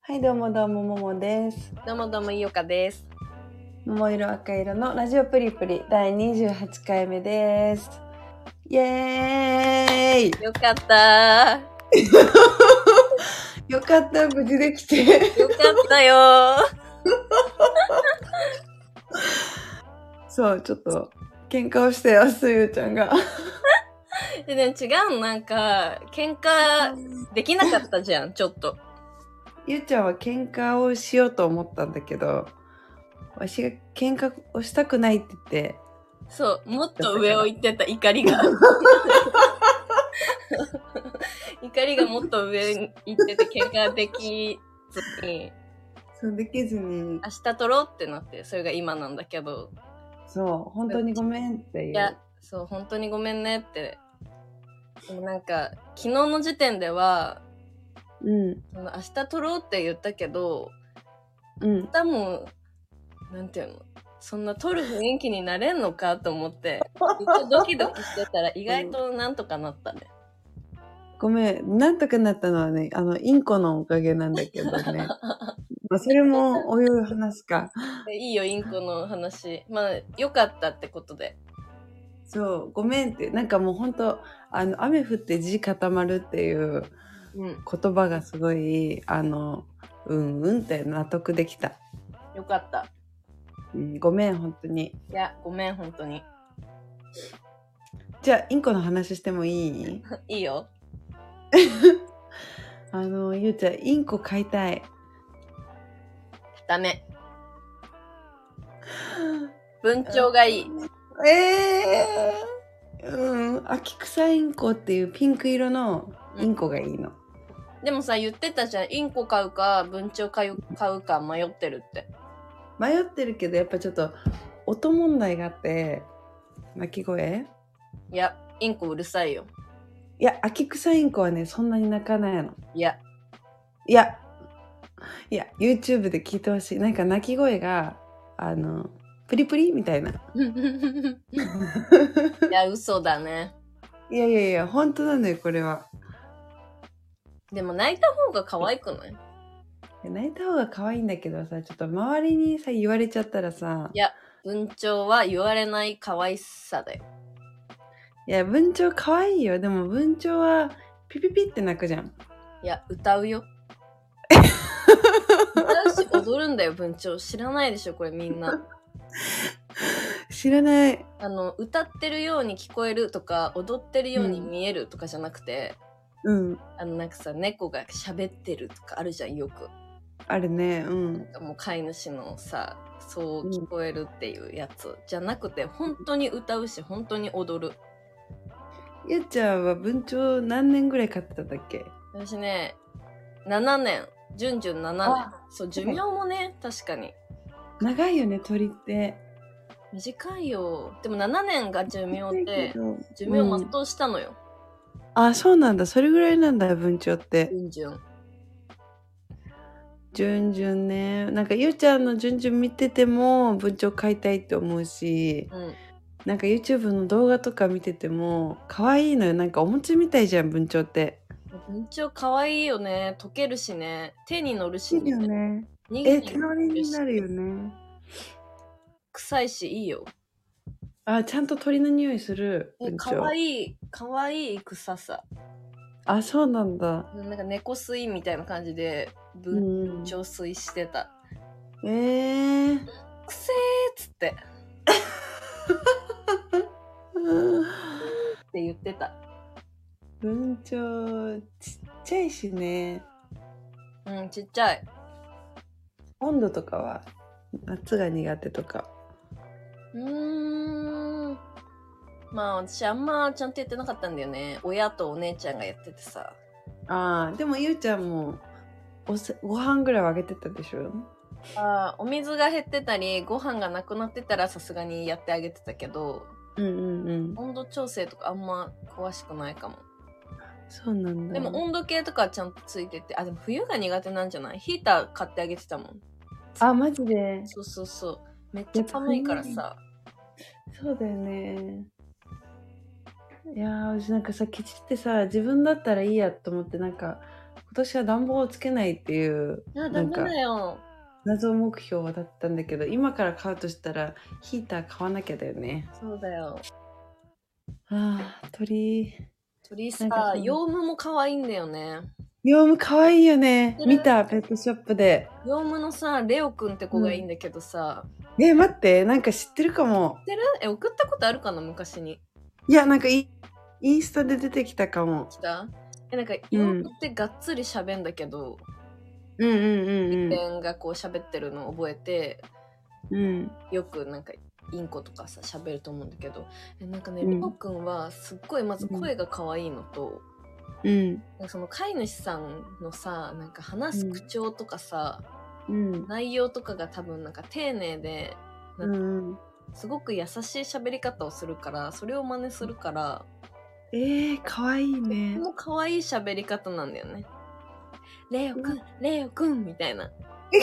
はいどうもどうもももです。 どうもどうもいよかです。 桃色赤色のラジオプリプリ第28回目です。イエーイよかったよかった無事できてよかったよそうちょっと喧嘩をしてよすゆちゃんがでね違うなんか喧嘩できなかったじゃんちょっとゆうちゃんは喧嘩をしようと思ったんだけどわしが喧嘩をしたくないって言ってそうもっと上を行ってた怒りが怒りがもっと上に行ってて喧嘩できずにそうできずに明日撮ろうってなってそれが今なんだけどそう本当にごめんっていういやそう本当にごめんねってでもなんか昨日の時点ではその明日撮ろうって言ったけど明日もなんていうのそんな撮る雰囲気になれんのかと思ってずっとドキドキしてたら意外となんとかなったね、 ごめん、なんとかなったのはね、インコのおかげなんだけどね。まあ、それもおいおい話すか。 いいよインコの話まあよかったってことでそう、ごめんって、なんかもうほんと、雨降って地固まるっていう言葉がすごい、って納得できた。 よかった、 ごめん、本当に。 いや、ごめん、本当に。 じゃあ、インコの話してもいいいいよ。 ゆうちゃん、インコ飼いたい。 ダメ。文鳥がいい。 秋草インコっていうピンク色のインコがいいの。 でもさ、言ってたじゃん。インコ買うか、文鳥買うか迷ってるって。 迷ってるけど、やっぱちょっと音問題があって、鳴き声いや、インコうるさいよ。 いや、秋草インコはね、そんなに鳴かないの。 いや、 YouTube で聞いてほしい。なんか鳴き声が、プリプリみたいな。 いや、嘘だね。 いや、本当なのよ、これは。 でも泣いた方が可愛くない？ 泣いた方が可愛いんだけどさ、ちょっと周りにさ、言われちゃったらさ。 いや、文鳥は言われない可愛さだよ。 いや、文鳥可愛いよ。でも文鳥はピピピって鳴くじゃん。 いや、歌うよ。歌うし踊るんだよ、文鳥。知らないでしょ、これみんな。 知らない。 歌ってるように聞こえるとか、踊ってるように見えるとかじゃなくて、なんかさ、猫が喋ってるとかあるじゃん、よく。 あるね、 なんかもう飼い主のさ、そう聞こえるっていうやつ、じゃなくて、本当に歌うし、本当に踊る。 ゆっちゃんは文鳥何年ぐらい飼ってたんだっけ？ 私ね、7年。順々7年。そう、寿命もね、確かに。 長いよね、鳥って。 短いよ。でも7年が寿命で、寿命全うしたのよ。 あ、そうなんだ。それぐらいなんだ、文鳥って。順々ね。なんかゆうちゃんの順々見てても文鳥飼いたいって思うし、なんか YouTube の動画とか見てても可愛いのよ。なんかお餅みたいじゃん、文鳥って。 文鳥可愛いよね。溶けるしね。手に乗るしね。いいよね。手乗りになるよね。 臭いしいいよ。 あ、ちゃんと鳥の匂いする。 可愛い臭さ。 あ、そうなんだ。 なんか猫吸いみたいな感じで文鳥吸いしてた。くせーっつって。って言ってた。 文鳥ちっちゃいしね。 ちっちゃい。 温度とかは夏が苦手とか。 まあ私あんまちゃんとやってなかったんだよね。親とお姉ちゃんがやっててさ。 でもゆうちゃんもご飯ぐらいはあげてたでしょ？ お水が減ってたりご飯がなくなってたらさすがにやってあげてたけど、温度調整とかあんま詳しくないかも。 そうなんだ。 でも温度計とかちゃんとついてて、でも冬が苦手なんじゃない？ヒーター買ってあげてたもん。 マジで？ そう。めっちゃ寒いからさ。 そうだよね。いや私なんかさ、ケチってさ、自分だったらいいやと思ってなんか、 年は暖房をつけないっていう、 ダメだよ。 謎目標だったんだけど、今から買うとしたらヒーター買わなきゃだよね。 そうだよ。 鳥さ、ヨウムも可愛いんだよね。 ヨウム可愛いよね。見た、ペットショップで。 ヨウムのさ、レオくんって子がいいんだけどさ。 待って、なんか知ってるかも。 知ってる？送ったことあるかな、昔に。 いや、なんかインスタで出てきたかも。 来た？なんか、ヨウムってがっつり喋んだけど、 人間がこう喋ってるのを覚えて、よくなんか、インコとかさ、喋ると思うんだけど、なんかね、レオくんはすっごいまず声が可愛いのと、なんかその飼い主さんのさ、なんか話す口調とかさ、内容とかが多分なんか丁寧で、なんかすごく優しい喋り方をするから、それを真似するから、 かわいいね。 とてもかわいい喋り方なんだよね。レオくん、レオくんみたいな。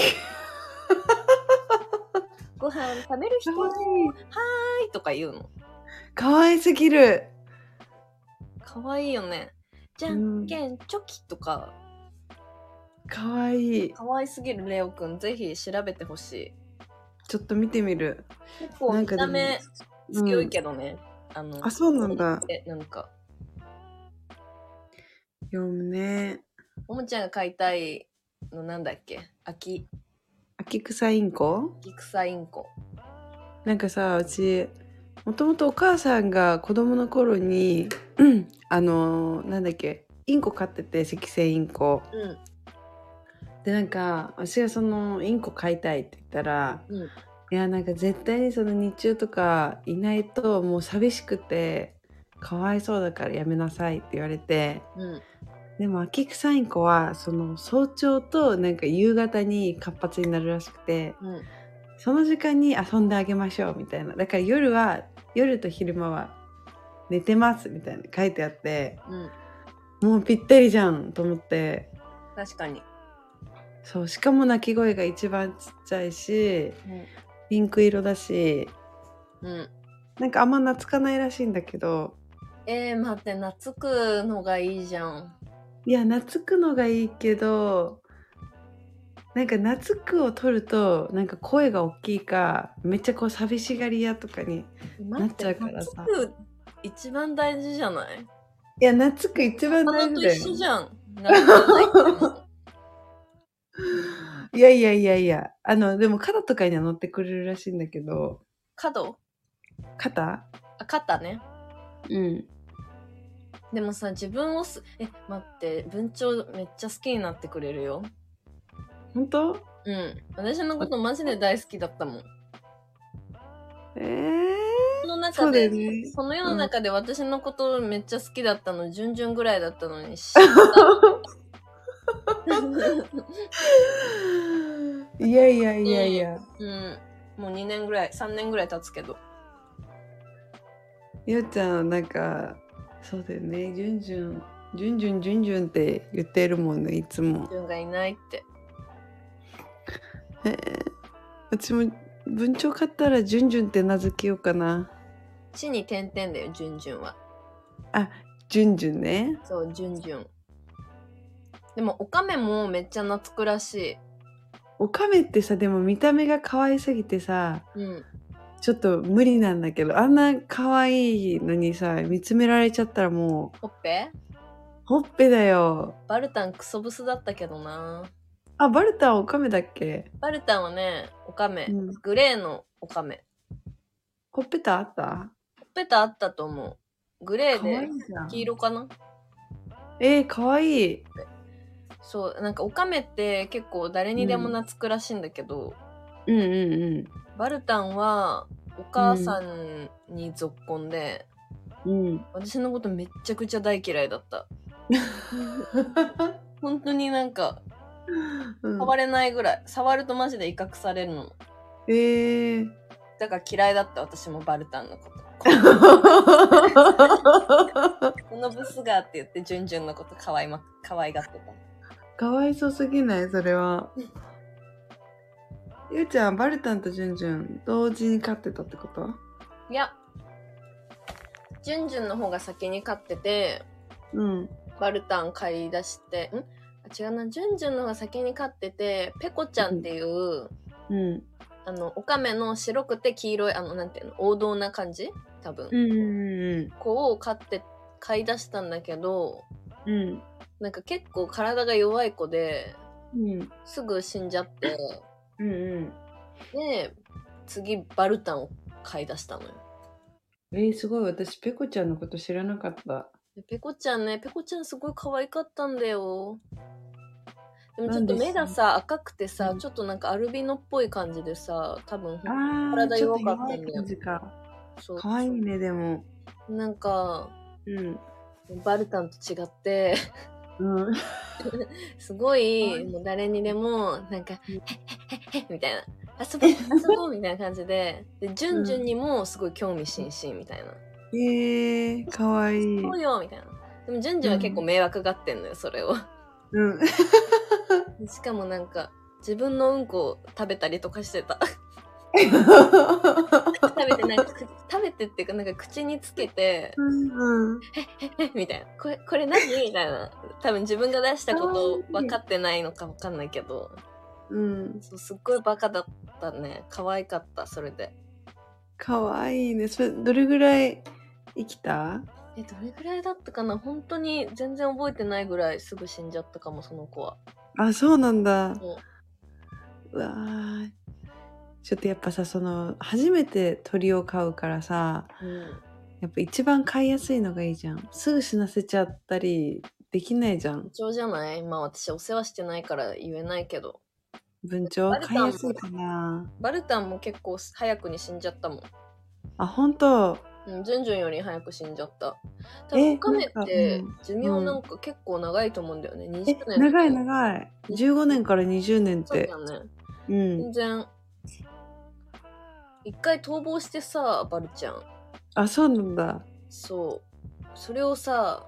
ご飯食べる人はーいとか言うの。 かわいすぎる。 かわいいよね。じゃんけんチョキとか。 かわいい。 かわいすぎるレオくん、ぜひ調べてほしい。 ちょっと見てみる。 結構見た目強いけどね。 そうなんだ。 なんか。 読むね。 ももちゃんが飼いたいのなんだっけ？秋草インコ？ 秋草インコ。 なんかさ、うちもともとお母さんが子供の頃になんだっけ、インコ飼ってて、赤星インコ。でなんか私がそのインコ飼いたいって言ったら、いやなんか絶対にその日中とかいないともう寂しくてかわいそうだからやめなさいって言われて、でも秋草インコはその早朝となんか夕方に活発になるらしくて、その時間に遊んであげましょうみたいな。だから夜と昼間は寝てますみたいな書いてあって、もうぴったりじゃんと思って。 確かに。 そう、しかも鳴き声が一番ちっちゃいし、ピンク色だし、なんかあんま懐かないらしいんだけど。 待って、懐くのがいいじゃん。 いや、懐くのがいいけど、なんか懐くを取るとなんか声が大きいかめっちゃこう寂しがり屋とかになっちゃうからさ。 懐く一番大事じゃない？ いや、懐く一番大事だよ。 と一緒じゃん。 いやでも肩とかには乗ってくれるらしいんだけど。 肩ね。でもさ、自分を待って、文鳥めっちゃ好きになってくれるよ。 本当？ 私のことマジで大好きだったもん。 そうだよね。 その世の中で私のことめっちゃ好きだったの、ジュンジュンぐらいだったのにいや。 もう2年ぐらい、3年ぐらい経つけど。 ゆうちゃん、なんか、そうだよね。ジュンジュンって言ってるもんね、いつも。 ジュンがいないって。 私も文鳥買ったらジュンジュンって名付けようかな。 地に点々だよ、ジュンジュンは。 ジュンジュンね。 そう、ジュンジュン。でもオカメもめっちゃ懐くらしい。 オカメってさ、でも見た目が可愛すぎてさ、ちょっと無理なんだけど、あんな可愛いのにさ、見つめられちゃったらもう。ほっぺだよ。 バルタンクソブスだったけどな。 バルタンオカメだっけ？ バルタンはね、オカメ。グレーのオカメ。 ほっぺたあった？ ほっぺたあったと思う。グレーで黄色かな？ かわいい。 そう、なんかオカメって結構誰にでも懐くらしいんだけど、バルタンはお母さんにぞっこんで、私のことめっちゃくちゃ大嫌いだった。本当になんか触れないぐらい、触るとマジで威嚇されるの。だから嫌いだった、私もバルタンのこと。このブスがって言ってジュンジュンのこと可愛がってた。 かわいそうすぎない？それは。ゆうちゃん、バルタンとジュンジュン同時に飼ってたってこと？ いや、ジュンジュンの方が先に飼ってて、バルタン飼い出して、 違うな、ジュンジュンの方が先に飼ってて、ペコちゃんっていう、オカメの白くて黄色い、なんていうの、王道な感じ多分。子を飼い出したんだけど、なんか結構体が弱い子で、すぐ死んじゃって、で、次、バルタンを飼い出したのよ。 すごい。私、ペコちゃんのこと知らなかった。 ペコちゃんすごい可愛かったんだよ。でもちょっと目がさ、赤くてさ、ちょっとなんかアルビノっぽい感じでさ、多分体弱かったんだよ。 そう。可愛いね、でも。 なんか、バルタンと違って、すごい、もう誰にでも、なんか、へっみたいな。遊ぼうみたいな感じで、ジュンジュンにもすごい興味津々みたいな。 かわいい。 そうよみたいな。でもジュンジュンは結構迷惑がってんのよ、それを。しかもなんか、自分のうんこを食べたりとかしてた。食べてっていうか、なんか口につけて、みたいな。これ何みたいな。多分自分が出したこと分かってないのか分かんないけど。そう、すっごいバカだったね。可愛かった、それで。 可愛いね。それ、どれぐらい生きた？ どれぐらいだったかな？本当に全然覚えてないぐらいすぐ死んじゃったかも、その子は。 あ、そうなんだ。うわー。ちょっとやっぱさ、初めて鳥を飼うからさ、やっぱ一番飼いやすいのがいいじゃん。すぐ死なせちゃったりできないじゃん。 文鳥じゃない？まあ私お世話してないから言えないけど。 文鳥飼いやすいかな。 バルタンも結構早くに死んじゃったもん。 あ、ほんと？ ジュンジュンより早く死んじゃった。多分オカメって寿命なんか結構長いと思うんだよね。20年。 長い。15年から20年って。 そうだね。全然。一回逃亡してさ、バルちゃん。 あ、そうなんだ。 そう。それをさ、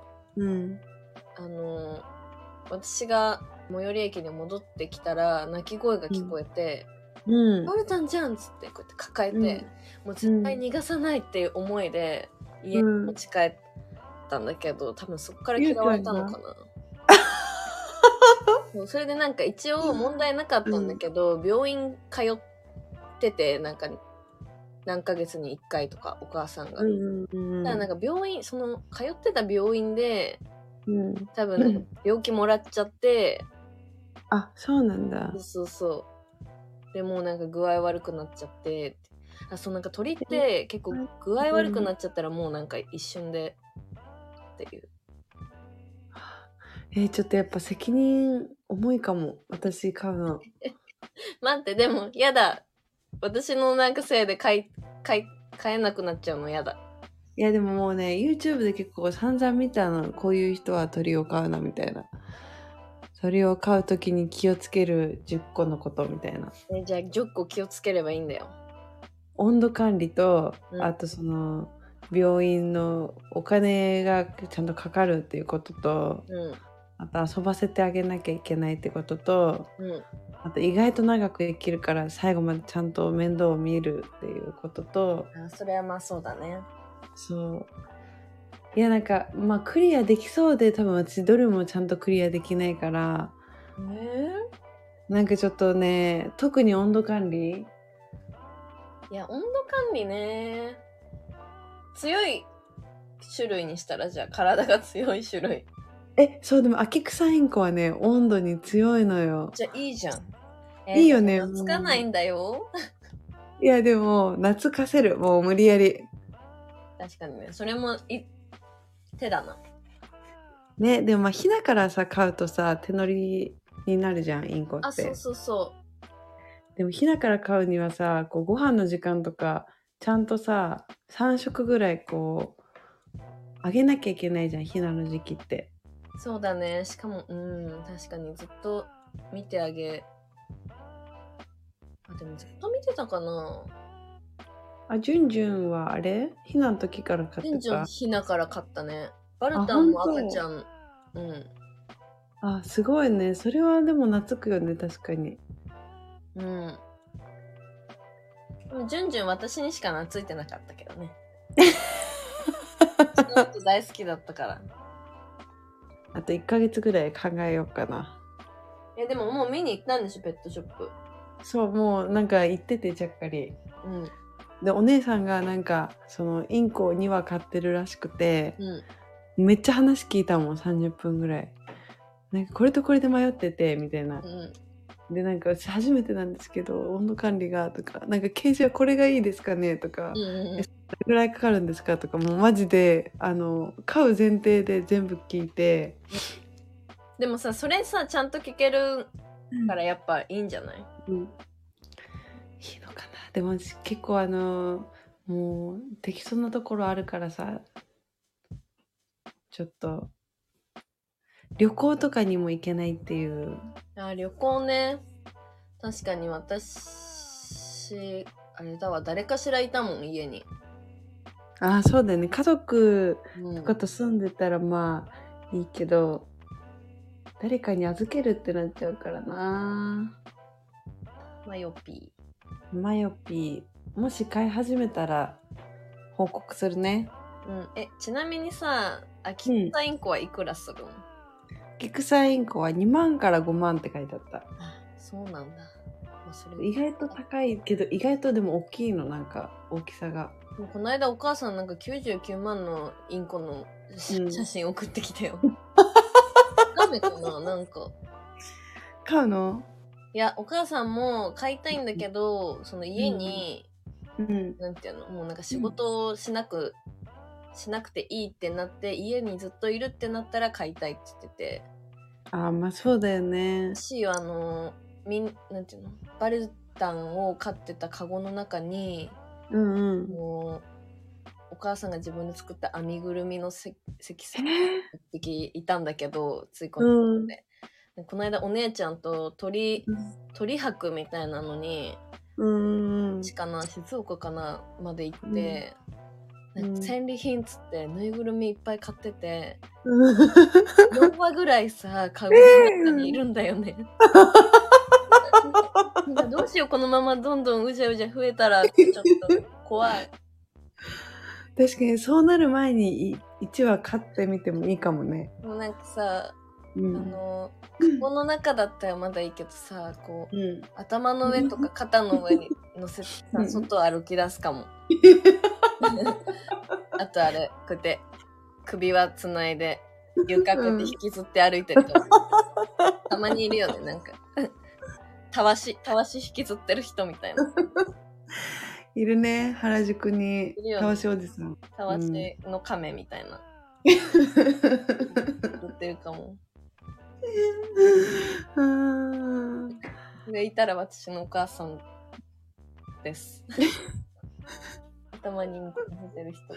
私が最寄り駅に戻ってきたら泣き声が聞こえて、バルタンじゃんっつってこうやって抱えて、もう絶対逃がさないっていう思いで家に持ち帰ったんだけど、多分そっから嫌われたのかな。それでなんか一応問題なかったんだけど、病院通ってて、なんか何ヶ月に1回とかお母さんが。だからなんか病院、通ってた病院で、多分病気もらっちゃって、 あ、そうなんだ。 そうでもうなんか具合悪くなっちゃってなんか鳥って結構具合悪くなっちゃったらもうなんか一瞬でっていう。 ちょっとやっぱ責任重いかも、私飼うの。 待って、でもやだ、私のなんかせいで飼えなくなっちゃうのやだ。 いやでももうね、YouTube で結構散々見たの。こういう人は鳥を飼うなみたいな。鳥を飼うときに気をつける10個のことみたいな。 じゃあ10個気をつければいいんだよ。 温度管理と、あと病院のお金がちゃんとかかるっていうことと、あと遊ばせてあげなきゃいけないってことと、あと意外と長く生きるから最後までちゃんと面倒を見るっていうことと。 それはまあそうだね。 そう。いやなんかまあクリアできそうで、多分私どれもちゃんとクリアできないから。なんかちょっとね、特に温度管理。 いや温度管理ね、強い種類にしたら、じゃあ体が強い種類。 そう、でもアキクサインコはね、温度に強いのよ。 じゃあいいじゃん。 いいよね。 つかないんだよ。 いやでも懐かせる、もう無理やり。 確かにね、それも手だな。 ね、でもまあヒナからさ飼うとさ手乗りになるじゃん、インコって。 そう。 でもヒナから飼うにはさ、こうご飯の時間とかちゃんとさ3食ぐらいこうあげなきゃいけないじゃん、ヒナの時期って。 そうだね。しかも確かにずっと見てあげ。でもずっと見てたかな。 ジュンジュンはあれヒナの時から飼ってた？ ジュンジュンヒナから飼ったね。バルタンも赤ちゃん。 すごいね。それはでも懐くよね、確かに。 でもジュンジュン私にしか懐いてなかったけどね。大好きだったから。 あと1ヶ月ぐらい考えようかな。 でももう見に行ったんでしょ、ペットショップ。 そう、もうなんか行ってて、ちゃっかり。で、お姉さんがなんか、そのインコを2羽飼ってるらしくて、めっちゃ話聞いたもん、30分ぐらい。なんかこれとこれで迷ってて、みたいな。で、なんか私初めてなんですけど、温度管理がとか、なんかケージはこれがいいですかねとか、どれぐらいかかるんですかとか、もうマジで、飼う前提で全部聞いて。 でもさ、それさ、ちゃんと聞けるからやっぱいいんじゃない？いいのかな。でも結構もう適当なところあるからさ、ちょっと、旅行とかにも行けないっていう。 旅行ね。確かに私、あれだわ、誰かしらいたもん、家に。 そうだよね。家族とかと住んでたらまあいいけど、誰かに預けるってなっちゃうからな。 マヨピー。もし飼い始めたら報告するね。 ちなみにさ、キクサインコはいくらするの？ キクサインコは2万から5万って書いてあった。 そうなんだ。 意外と高いけど、意外とでも大きいの、なんか大きさが。 この間お母さんなんか99万のインコの写真送ってきたよ。ダメかな、なんか。 飼うの？ いや、お母さんも飼いたいんだけど、その家に、なんていうの、もうなんか仕事をしなくていいってなって、家にずっといるってなったら飼いたいって言ってて。 まあそうだよね。 私はなんていうの、バルタンを飼ってたカゴの中に、もうお母さんが自分で作った編みぐるみの積算1匹いたんだけど、ついこの間で、この間お姉ちゃんと鳥博みたいなのに、静岡かなまで行って、戦利品つってぬいぐるみいっぱい買ってて、4羽ぐらいさ、カゴの中にいるんだよね。どうしよう、このままどんどんうじゃうじゃ増えたらちょっと怖い。 確かにそうなる前に1羽飼ってみてもいいかもね。 もうなんかさ、カゴの中だったらまだいいけどさ、こう、頭の上とか肩の上に乗せてさ、外歩き出すかも。あとあれ、こうやって首輪つないで床こうやって引きずって歩いてる人、たまにいるよね、なんか。たわし引きずってる人みたいな。 いるね、原宿に。たわしおじさん。 たわしの亀みたいな。売ってるかも。でいたら私のお母さんです。頭に乗せてる人。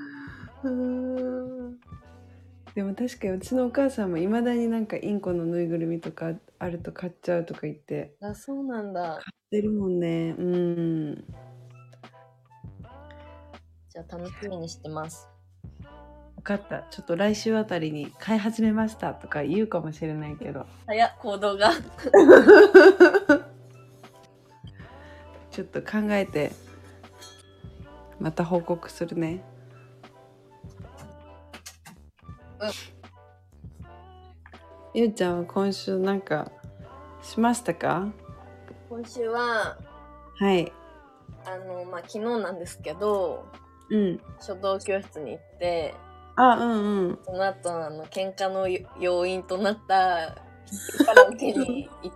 でも確かにうちのお母さんもいまだになんかインコのぬいぐるみとかあると買っちゃうとか言って。 そうなんだ。 買ってるもんね。 じゃあ楽しみにしてます。 分かった。ちょっと来週あたりに飼い始めましたとか言うかもしれないけど。 行動が。 ちょっと考えてまた報告するね。ゆうちゃんは今週なんかしましたか？ 今週ははい昨日なんですけど、書道教室に行って、その後喧嘩の要因となったカラオケに行った。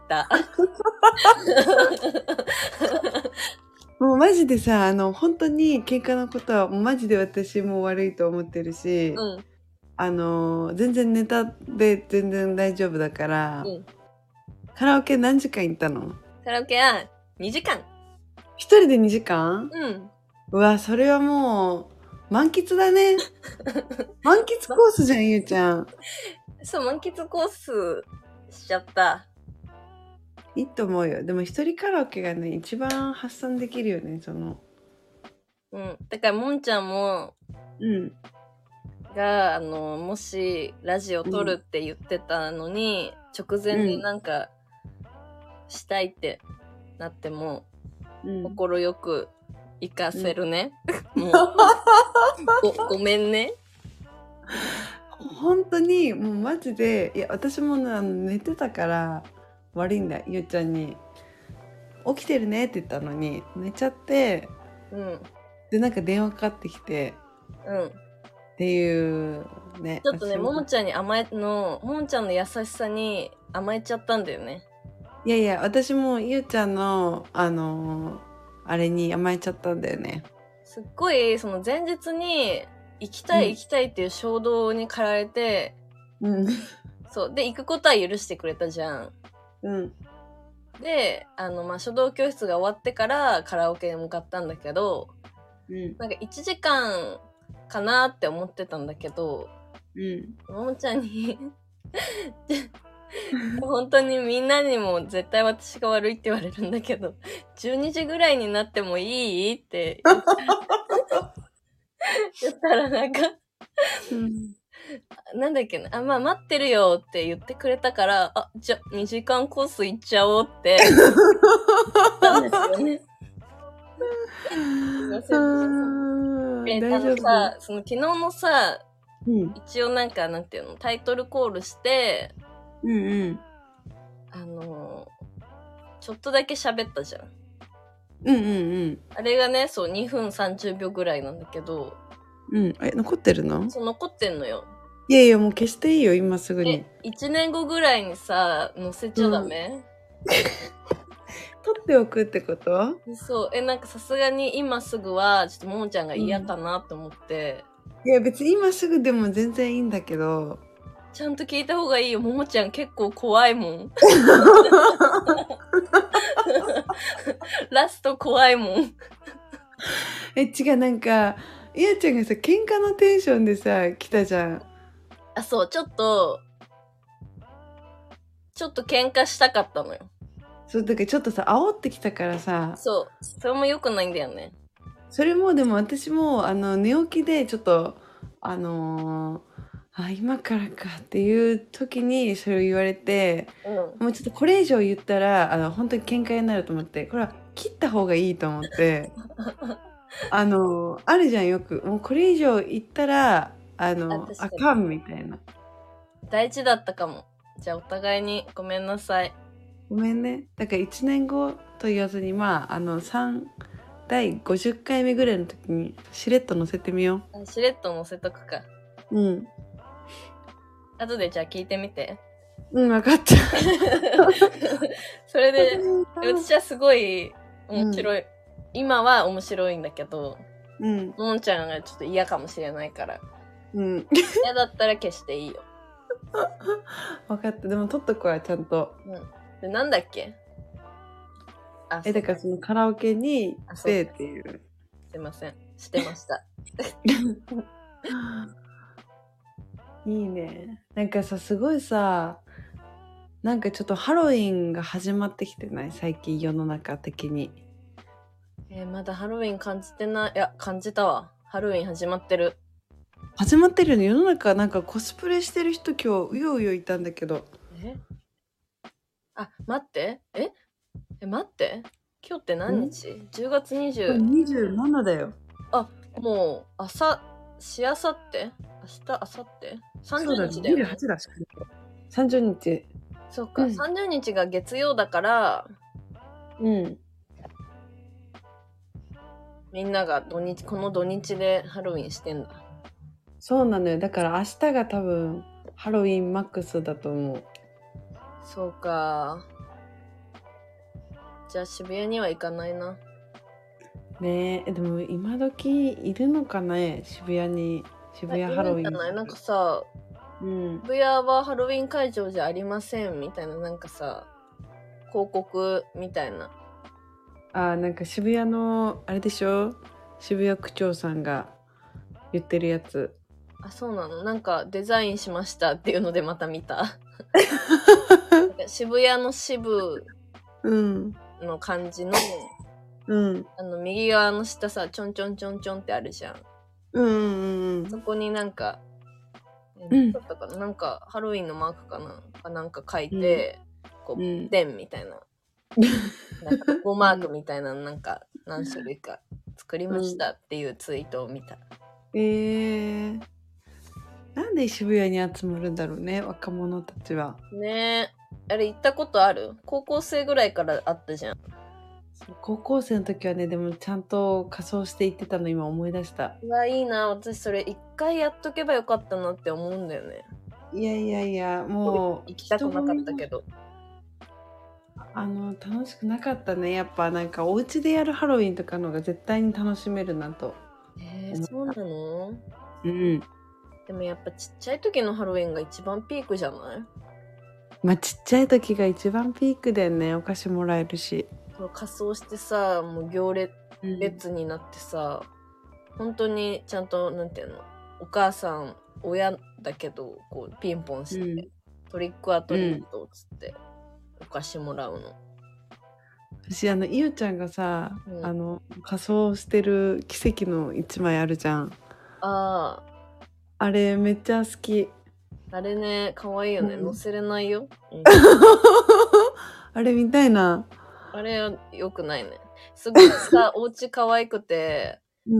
もうマジでさ、本当に喧嘩のことはマジで私も悪いと思ってるし、全然ネタで全然大丈夫だから、カラオケ何時間行ったの？ カラオケは2時間。 一人で2時間？うわ、それはもう満喫だね。満喫コースじゃん、ゆうちゃん。 そう、満喫コースしちゃった。 いいと思うよ。でも一人カラオケがね、一番発散できるよね、 だからもんちゃんも、がもしラジオ撮るって言ってたのに、直前になんかしたいってなっても、心よく行かせるね。もうごめんね。 本当にもうマジで、いや私も寝てたから悪いんだ。ゆうちゃんに起きてるねって言ったのに寝ちゃって、でなんか電話かかってきて、っていうね。 ちょっとね、ももちゃんの優しさに甘えちゃったんだよね。 いやいや、私もゆうちゃんのあれに甘えちゃったんだよね。 すっごいその前日に行きたいっていう衝動に駆られて、そうで行くことは許してくれたじゃん。で書道教室が終わってからカラオケに向かったんだけど、なんか1時間かなって思ってたんだけど、ももちゃんに本当にみんなにも絶対私が悪いって言われるんだけど、12時ぐらいになってもいいって言ったらなんかなんだっけな、まあ待ってるよって言ってくれたから、じゃ2時間コース行っちゃおうって言ったんですよね。すいません。大丈夫？その昨日のさ、一応なんかなんていうの、タイトルコールして、ちょっとだけ喋ったじゃん。あれがね、そう2分30秒ぐらいなんだけど。 残ってるの？ そう、残ってんのよ。 いやいや、もう消していいよ、今すぐに。 1年後ぐらいにさ、載せちゃダメ？ 取っておくってこと？ そう。なんかさすがに今すぐは、ちょっとももちゃんが嫌かなと思って。 いや、別に今すぐでも全然いいんだけど。 ちゃんと聞いた方がいいよ。ももちゃん結構怖いもん。ラスト怖いもん。 違う、なんか、いやちゃんがさ、喧嘩のテンションでさ、来たじゃん。 そう、ちょっと喧嘩したかったのよ。 そう、だからちょっとさ、煽ってきたからさ。 そう、それも良くないんだよね。 それもでも私も、寝起きでちょっと、今からかっていう時にそれを言われて、もうちょっとこれ以上言ったら、本当に喧嘩になると思って、これは切った方がいいと思って、あるじゃんよく。もうこれ以上言ったら、あかんみたいな。 大事だったかも。じゃあお互いにごめんなさい。 ごめんね。だから1年後と言わずに、第50回目ぐらいの時にしれっと載せてみよう。しれっと載せとくか。後でじゃあ聞いてみて。 分かった。 それで、私はすごい面白い。今は面白いんだけど、ももちゃんがちょっと嫌かもしれないから。嫌だったら消していいよ。 分かった。でも撮っとくわ、ちゃんと。 で、なんだっけ？ だからそのカラオケに来てっていう。 すいません。してました。 いいね。なんかさ、すごいさ、なんかちょっとハロウィンが始まってきてない？最近世の中的に。 まだハロウィン感じてない。いや、感じたわ。ハロウィン始まってる。 始まってるの？世の中なんかコスプレしてる人今日うようよいたんだけど。 待って。待って。今日って何日？ 10 月 27だよ。 もうしあさって明日、あさって30日だよ、ね。 28だし。30日。 そうか、30日が月曜だから、みんながこの土日でハロウィンしてんだ。 そうなのよ。だから明日が多分ハロウィンマックスだと思う。 そうか。じゃあ渋谷には行かないな。 ねえ、でも今時いるのかね、渋谷ハロウィン。 じゃない？なんかさ、渋谷はハロウィン会場じゃありませんみたいな、なんかさ、広告みたいな。 なんか渋谷のあれでしょ、渋谷区長さんが言ってるやつ。 そうなの？なんかデザインしましたっていうのでまた見た。渋谷の支部の感じの、右側の下さ、ちょんちょんちょんちょんってあるじゃん。そこになんか、だったかな、なんかハロウィンのマークかな、なんか書いて、こう、ペンみたいな、なんかロゴマークみたいな、なんか何種類か作りましたっていうツイートを見た。 なんで渋谷に集まるんだろうね、若者たちは。 ねあれ行ったことある？高校生ぐらいからあったじゃん。 高校生の時はね、でもちゃんと仮装して行ってたの今思い出した。 うわ、いいな。私それ一回やっとけばよかったなって思うんだよね。 いやいやいや、もう行きたくなかったけど。 楽しくなかったね。やっぱなんかお家でやるハロウィンとかのが絶対に楽しめるなと。 そうなの？ うん。 でもやっぱちっちゃい時のハロウィンが一番ピークじゃない？ まあちっちゃい時が一番ピークだよね。お菓子もらえるし。 仮装してさ、もう行列になってさ、本当にちゃんとなんていうの、お母さん親だけどこうピンポンして、トリックアトリートっつって、お菓子もらうの。 私いゆちゃんがさ、仮装してる奇跡の一枚あるじゃん。 あれめっちゃ好き。 あれね、かわいいよね。載せれないよ。 あれ見たいな。 あれは良くないね。すごいさ、お家可愛くて、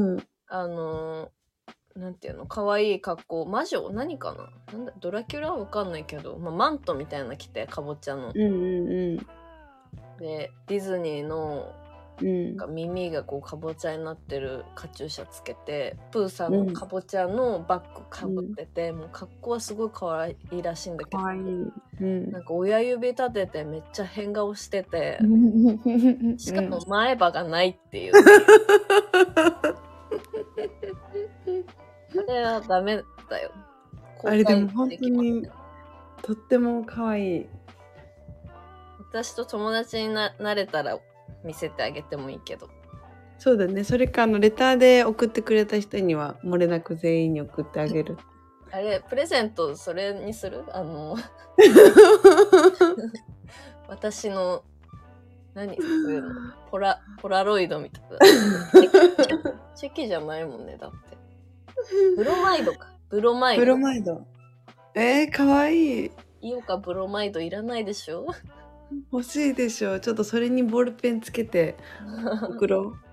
なんていうの、可愛い格好、魔女何かな、なんだ、ドラキュラはわかんないけど、マントみたいな着て、かぼちゃの。で、ディズニーの、耳がこうかぼちゃになってるカチューシャつけて、プーさんのかぼちゃのバッグかぶってて、もう格好はすごい可愛いらしいんだけど、なんか親指立ててめっちゃ変顔してて、しかも前歯がないっていう。あれはダメだよ。 あれでも本当にとっても可愛い。 私と友達になれたら見せてあげてもいいけど。 そうだね。それかレターで送ってくれた人には漏れなく全員に送ってあげる。 あれプレゼントそれにする？私の何そういうのポラロイドみたいな。チェキじゃないもんね、だって。ブロマイドか。ブロマイド。 かわいい。 イオカブロマイドいらないでしょ？ 欲しいでしょ。ちょっとそれにボールペンつけて送ろう。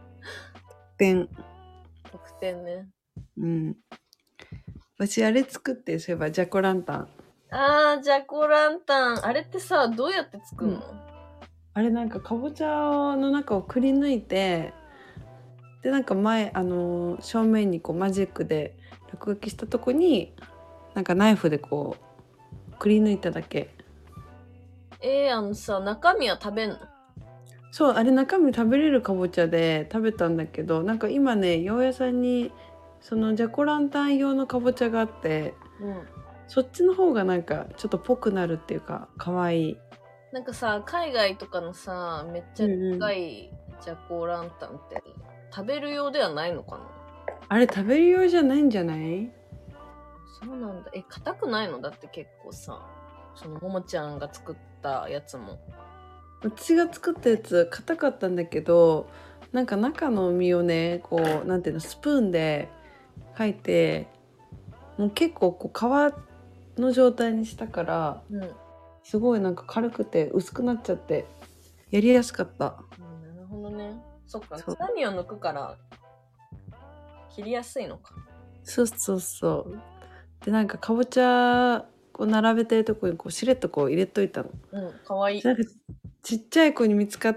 特典ね。 うん。私あれ作って、そういえばジャコランタン。 あー、ジャコランタン。あれってさ、どうやって作るの？ あれなんかかぼちゃの中をくり抜いて、でなんか正面にこうマジックで落書きしたとこになんかナイフでこうくり抜いただけ。 さ、中身は食べんの？ そう、あれ中身食べれるかぼちゃで食べたんだけど、なんか今ね、八百屋さんにそのジャコランタン用のかぼちゃがあって、そっちの方がなんかちょっとぽくなるっていうか可愛い。 なんかさ、海外とかのさ、めっちゃでかいジャコランタンって、食べる用ではないのかな？ あれ食べる用じゃないんじゃない？ そうなんだ。硬くないの？だって結構さ、そのももちゃんが作ったやつも。 私が作ったやつ硬かったんだけど、なんか中の実をね、こうなんていうの、スプーンでかいて、もう結構こう皮の状態にしたから、すごいなんか軽くて薄くなっちゃってやりやすかった。 なるほどね。そっか、臭みを抜くから切りやすいのか。 そうそうそう。でなんかかぼちゃこう並べてるとこにこうしれっとこう入れといたの。 かわいい。 なんかちっちゃい子に見つかって、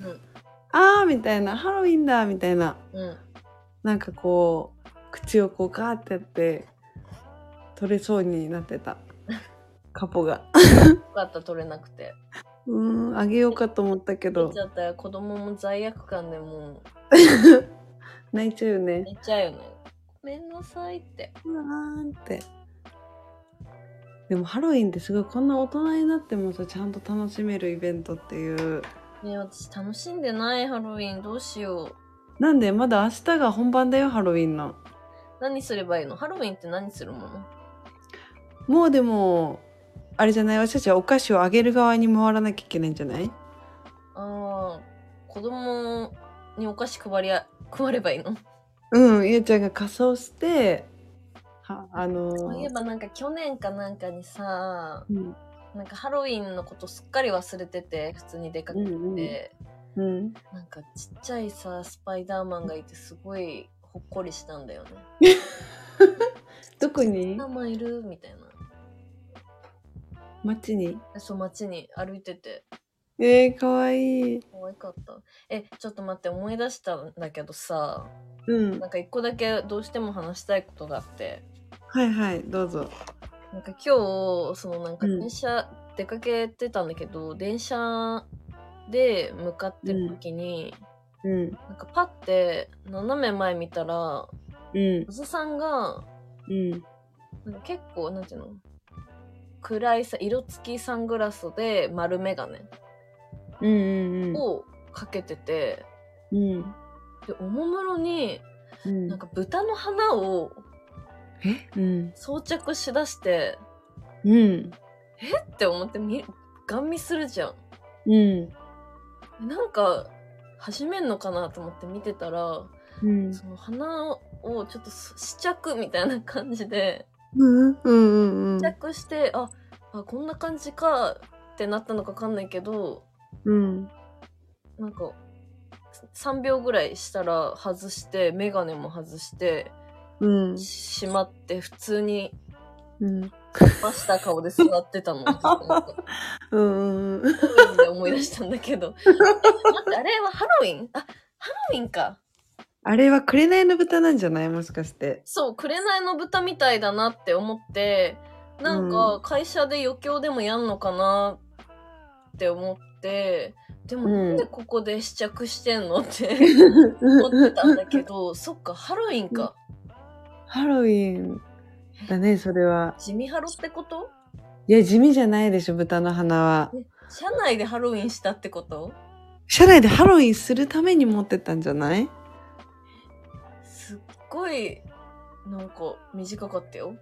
あーみたいな、ハロウィンだみたいな、なんかこう口をこうガーってやって取れそうになってたカポが。 よかった、取れなくて。 あげようかと思ったけど。 取っちゃったら子供も罪悪感でもう泣いちゃうよね。 泣いちゃうよね。ごめんなさいって。 って。でもハロウィンってすごいこんな大人になってもさ、ちゃんと楽しめるイベントっていう。 ね、私楽しんでないハロウィン。どうしよう。なんでまだ明日が本番だよ、ハロウィンの。 何すればいいの？ハロウィンって何するもの？ もうでもあれじゃない、私たちはお菓子をあげる側に回らなきゃいけないんじゃない？ 子供にお菓子配ればいいの？ ゆうちゃんが仮装してそういえばなんか去年かなんかにさ、なんかハロウィンのことすっかり忘れてて、普通に出かけて、なんかちっちゃいさスパイダーマンがいてすごいほっこりしたんだよね。 どこに？ スパイダーマンいるみたいな。 街にそう、街に歩いてて。 かわいい。 可愛かった。ちょっと待って、思い出したんだけどさ、 なんか一個だけどうしても話したいことがあって。 はいはい、どうぞ。 なんか今日、なんか電車、出かけてたんだけど、電車で向かってる時に、なんかパッて斜め前見たら、おじさんが、なんか結構、なんていうの、暗いさ、色付きサングラスで丸眼鏡をかけてて、で、おもむろに、なんか豚の花を装着しだして、って思ってガン見するじゃん。なんか、始めんのかなと思って見てたら、その花をちょっと試着みたいな感じで、試着して、あ、こんな感じかってなったのかわかんないけど、なんか、3秒ぐらいしたら外して、メガネも外して、しまって普通に、ました顔で座ってたの。ハロウィンで思い出したんだけど。待って、あれはハロウィン？ハロウィンか。 あれは紅の豚なんじゃない？もしかして。 そう、紅の豚みたいだなって思って、なんか会社で余興でもやんのかなって思って、でもなんでここで試着してんのって思ってたんだけど、そっか、ハロウィンか。 ハロウィンだね、それは。 地味ハロってこと？ いや、地味じゃないでしょ、豚の花は。 車内でハロウィンしたってこと？ 車内でハロウィンするために持ってったんじゃない？ すっごい、なんか短かったよ。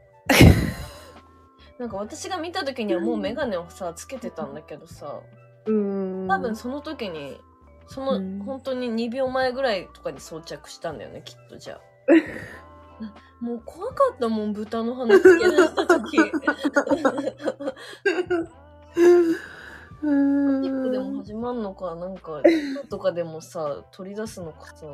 なんか私が見た時にはもうメガネをさ、つけてたんだけどさ、多分その時に、本当に2秒前ぐらいとかに装着したんだよね、きっとじゃあ。もう怖かったもん、豚の花つけられた時。一個でも始まんのか、なんか、とかでもさ、取り出すのかさ。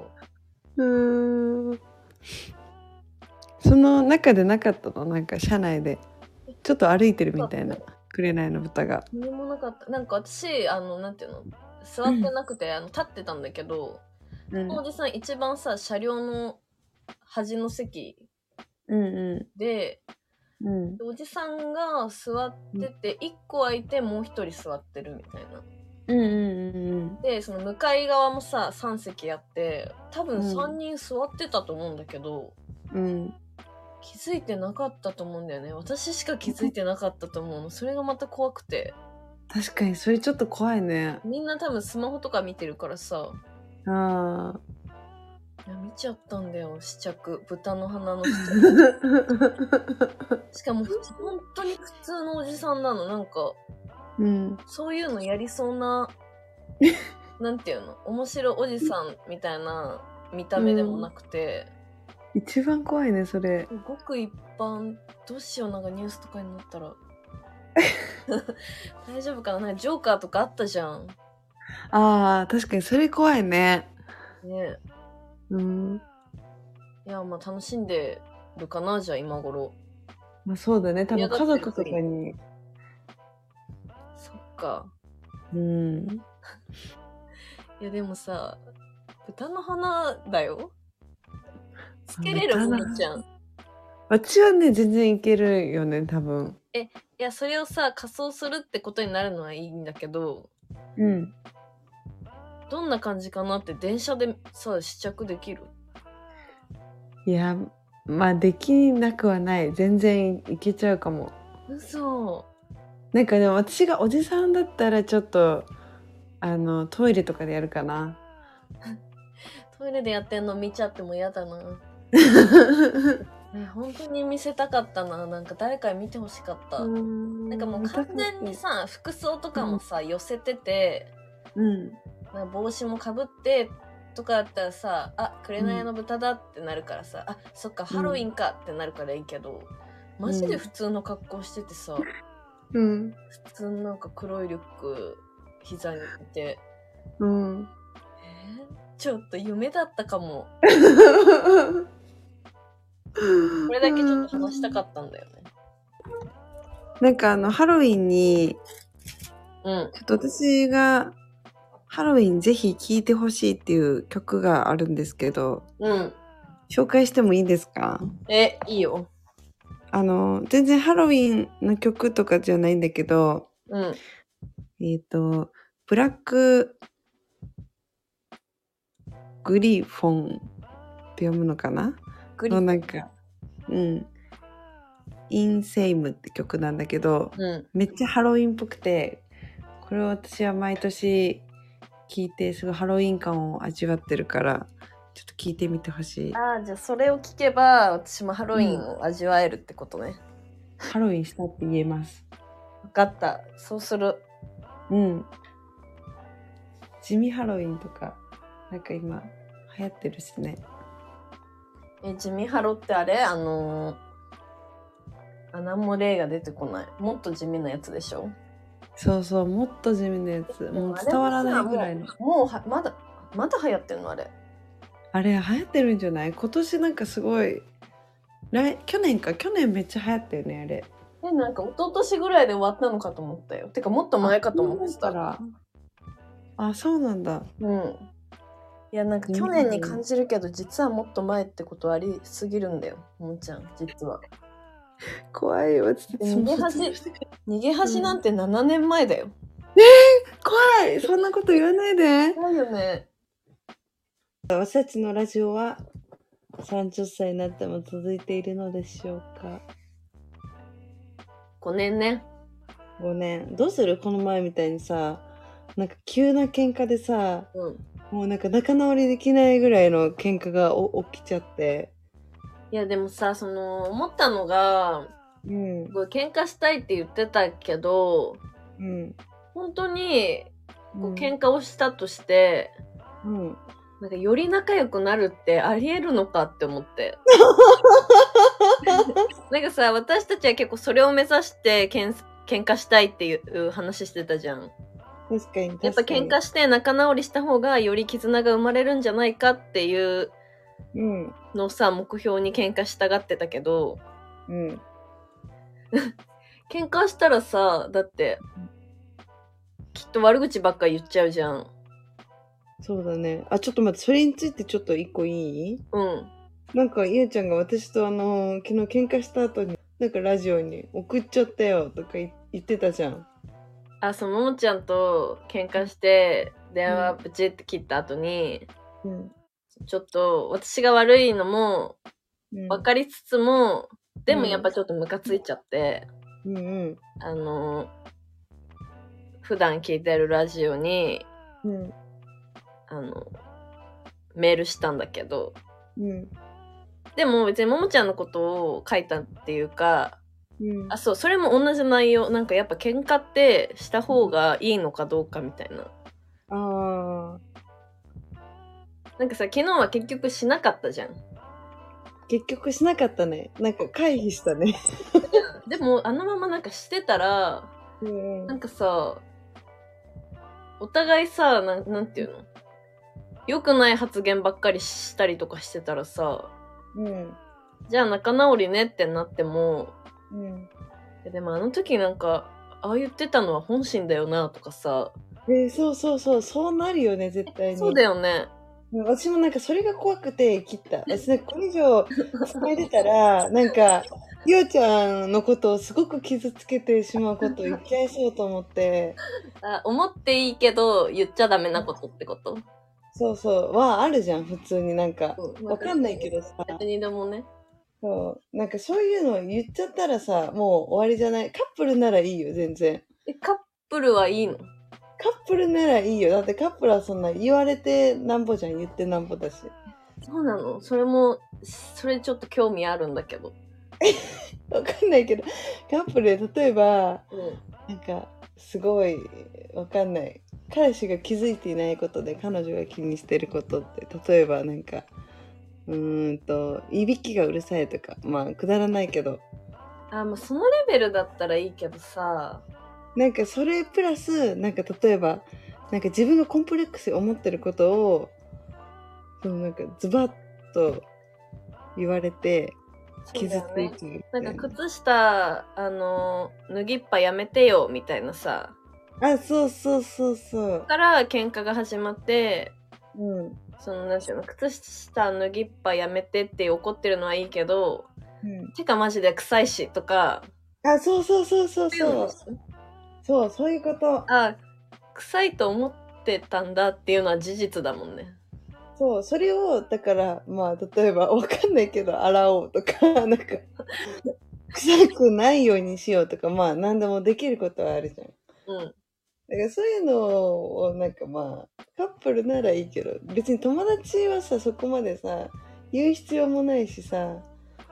その中でなかったの？なんか車内で。ちょっと歩いてるみたいな。紅の豚が。 何もなかった。なんか私、なんていうの？座ってなくて、立ってたんだけど、そのおじさん一番さ、車両の端の席で、おじさんが座ってて、1個空いてもう1人座ってるみたいな。で、その向かい側もさ、3席あって、多分3人座ってたと思うんだけど、気づいてなかったと思うんだよね。私しか気づいてなかったと思うの。それがまた怖くて。 確かに、それちょっと怖いね。 みんな多分スマホとか見てるからさ。いや、見ちゃったんだよ、試着。豚の花の試着。しかも、本当に普通のおじさんなの。なんか、そういうのやりそうな、なんていうの、面白いおじさんみたいな見た目でもなくて。 一番怖いね、それ。 ごく一般、どうしよう、なんかニュースとかになったら。大丈夫かな？なんかジョーカーとかあったじゃん。 ああ、確かにそれ怖いね。 ねえ。いや、まあ楽しんでるかな、じゃあ今頃。 まあそうだね、多分家族とかに。 そっか。いやでもさ、豚の花だよ。つけれるものじゃん。 私はね、全然いけるよね、多分。 いや、それをさ、仮装するってことになるのはいいんだけど、どんな感じかなって電車でさ、試着できる？ いや、まあできなくはない。全然いけちゃうかも。 嘘。 なんかでも私がおじさんだったらちょっと、トイレとかでやるかな。 トイレでやってんの見ちゃっても嫌だな。本当に見せたかったな。なんか誰かに見てほしかった。なんかもう完全にさ、服装とかもさ、寄せてて、なんか帽子もかぶってとかだったらさ、紅の豚だってなるからさ、そっか、ハロウィンかってなるからいいけど、マジで普通の格好しててさ、普通のなんか黒いリュック膝にいて、ちょっと夢だったかも。これだけちょっと話したかったんだよね。 なんかハロウィンに、 ちょっと私がハロウィンぜひ聴いてほしいっていう曲があるんですけど、紹介してもいいですか？ いいよ。 全然ハロウィンの曲とかじゃないんだけど、ブラックグリフォンって読むのかな？のなんか、インセイムって曲なんだけど、めっちゃハロウィンっぽくて、これを私は毎年聴いてすごいハロウィン感を味わってるから、ちょっと聴いてみてほしい。 じゃあそれを聴けば私もハロウィンを味わえるってことね。 ハロウィンしたって言えます。 分かった。そうする。 地味ハロウィンとかなんか今流行ってるしね。 地味ハロってあれ何も例が出てこない。もっと地味なやつでしょ？ そうそう、もっと地味なやつ。もう伝わらないぐらいの。 まだ流行ってんのあれ。 あれ流行ってるんじゃない？今年なんかすごい。去年めっちゃ流行ったよね、あれ。 なんか一昨年ぐらいで終わったのかと思ったよ。てかもっと前かと思ってた。 あ、そうなんだ。 いや、なんか去年に感じるけど、実はもっと前ってことありすぎるんだよ、もんちゃん、実は。 怖いよ。 逃げ恥なんて7年前だよ。 怖い。そんなこと言わないで。 怖いよね。 私たちのラジオは30歳になっても続いているのでしょうか。 5年ね。 5年。どうする？この前みたいにさ、なんか急な喧嘩でさ、もうなんか仲直りできないぐらいの喧嘩が起きちゃって。 いやでもさ、思ったのが、喧嘩したいって言ってたけど、本当に喧嘩をしたとして、なんかより仲良くなるってありえるのかって思って。なんかさ、私たちは結構それを目指して喧嘩したいっていう話してたじゃん。 確かに。 やっぱ喧嘩して仲直りした方がより絆が生まれるんじゃないかっていうのをさ、目標に喧嘩したがってたけど、喧嘩したらさ、だってきっと悪口ばっか言っちゃうじゃん。 そうだね。ちょっと待って、それについてちょっと一個いい？なんかゆうちゃんが私と昨日喧嘩した後になんかラジオに送っちゃったよとか言ってたじゃん。 ももちゃんと喧嘩して電話ブチって切った後に、ちょっと私が悪いのも分かりつつも、でもやっぱちょっとムカついちゃって、普段聞いてるラジオに、メールしたんだけど、でも別にももちゃんのことを書いたっていうか、そう、それも同じ内容。なんかやっぱ喧嘩ってした方がいいのかどうかみたいな。なんかさ、昨日は結局しなかったじゃん。 結局しなかったね。なんか回避したね。 でもあのままなんかしてたら、なんかさ、お互いさ、なんていうの？良くない発言ばっかりしたりとかしてたらさ、じゃあ仲直りねってなっても、でもあの時なんかああ言ってたのは本心だよなとかさ。 そうなるよね、絶対に。 そうだよね。 私もなんかそれが怖くて切った。私なんかこれ以上伝えてたらなんかゆうちゃんのことをすごく傷つけてしまうことを言っちゃいそうと思って。 思っていいけど言っちゃダメなことってこと？ そうはあるじゃん、普通になんかわかんないけどさ。 誰にでもね。 そうなんかそういうの言っちゃったらさ、もう終わりじゃない？カップルならいいよ、全然。 カップルはいいの？ カップルならいいよ。だってカップルはそんな言われてなんぼじゃん、言ってなんぼだし。 そうなの？それちょっと興味あるんだけど。 わかんないけど、カップルで例えば、なんかすごいわかんない。彼氏が気づいていないことで彼女が気にしてることって、例えばなんかいびきがうるさいとか、まあくだらないけど。 もうそのレベルだったらいいけどさ。 なんかそれプラスなんか例えばなんか自分がコンプレックス思ってることをなんかズバッと言われて、 傷ついてる、 ね。なんか靴下、脱ぎっぱやめてよ、みたいなさ。 あ、そうそうそうそう。 から喧嘩が始まって、 うん。 なんていうの、靴下脱ぎっぱやめてって怒ってるのはいいけど、てかマジで臭いし、とか。 あ、そうそうそうそうそう。そう、そういうこと。 あ、臭いと思ってたんだっていうのは事実だもんね。 そう、それを、だから、まあ、例えば、わかんないけど、洗おうとか、なんか、臭くないようにしようとか、まあ、何でもできることはあるじゃん。うん。だからそういうのを、なんかまあ、カップルならいいけど、別に友達はさ、そこまでさ、言う必要もないしさ。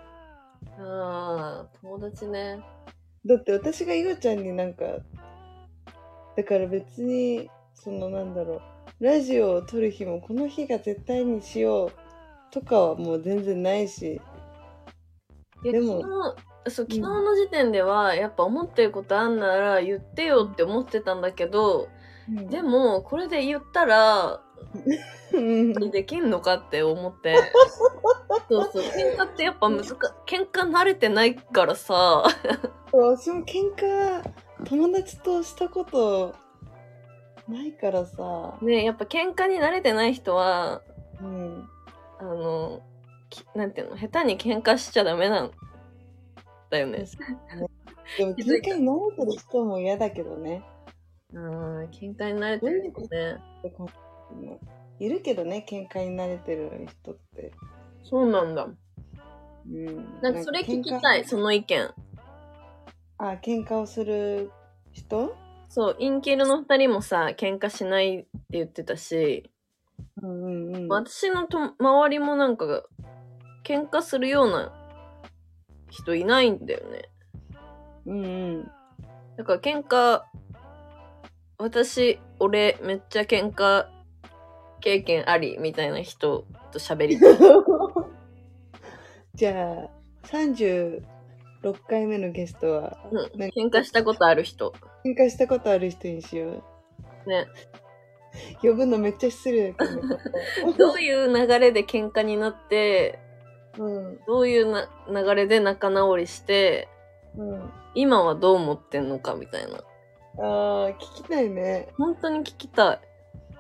ああ、友達ね。 だって私がゆうちゃんになんか、だから別に、なんだろう、ラジオを撮る日もこの日が絶対にしようとかはもう全然ないし。 でも、昨日の時点では、やっぱ思ってることあんなら言ってよって思ってたんだけど、でも、これで言ったら、できんのかって思って。そうそう、喧嘩ってやっぱ喧嘩慣れてないからさ。 私も喧嘩、友達としたことないからさ。 ね、やっぱ喧嘩に慣れてない人は、なんていうの、下手に喧嘩しちゃダメなんだよね。 でも喧嘩に慣れてる人も嫌だけどね。 喧嘩に慣れてる人ね。 いるけどね、喧嘩に慣れてる人って。 そうなんだ。なんかそれ聞きたい、その意見。 喧嘩をする人？ そう、インケルの2人もさ、喧嘩しないって言ってたし、私の周りもなんか、喧嘩するような人いないんだよね。だから喧嘩、俺、めっちゃ喧嘩経験ありみたいな人と喋りたい。 じゃあ、36回目のゲストは、 喧嘩したことある人。 喧嘩したことある人にしよう。ね。呼ぶのめっちゃ失礼だけどね。 どういう流れで喧嘩になって、どういう流れで仲直りして、今はどう思ってんのかみたいな。 聞きたいね。 本当に聞きたい。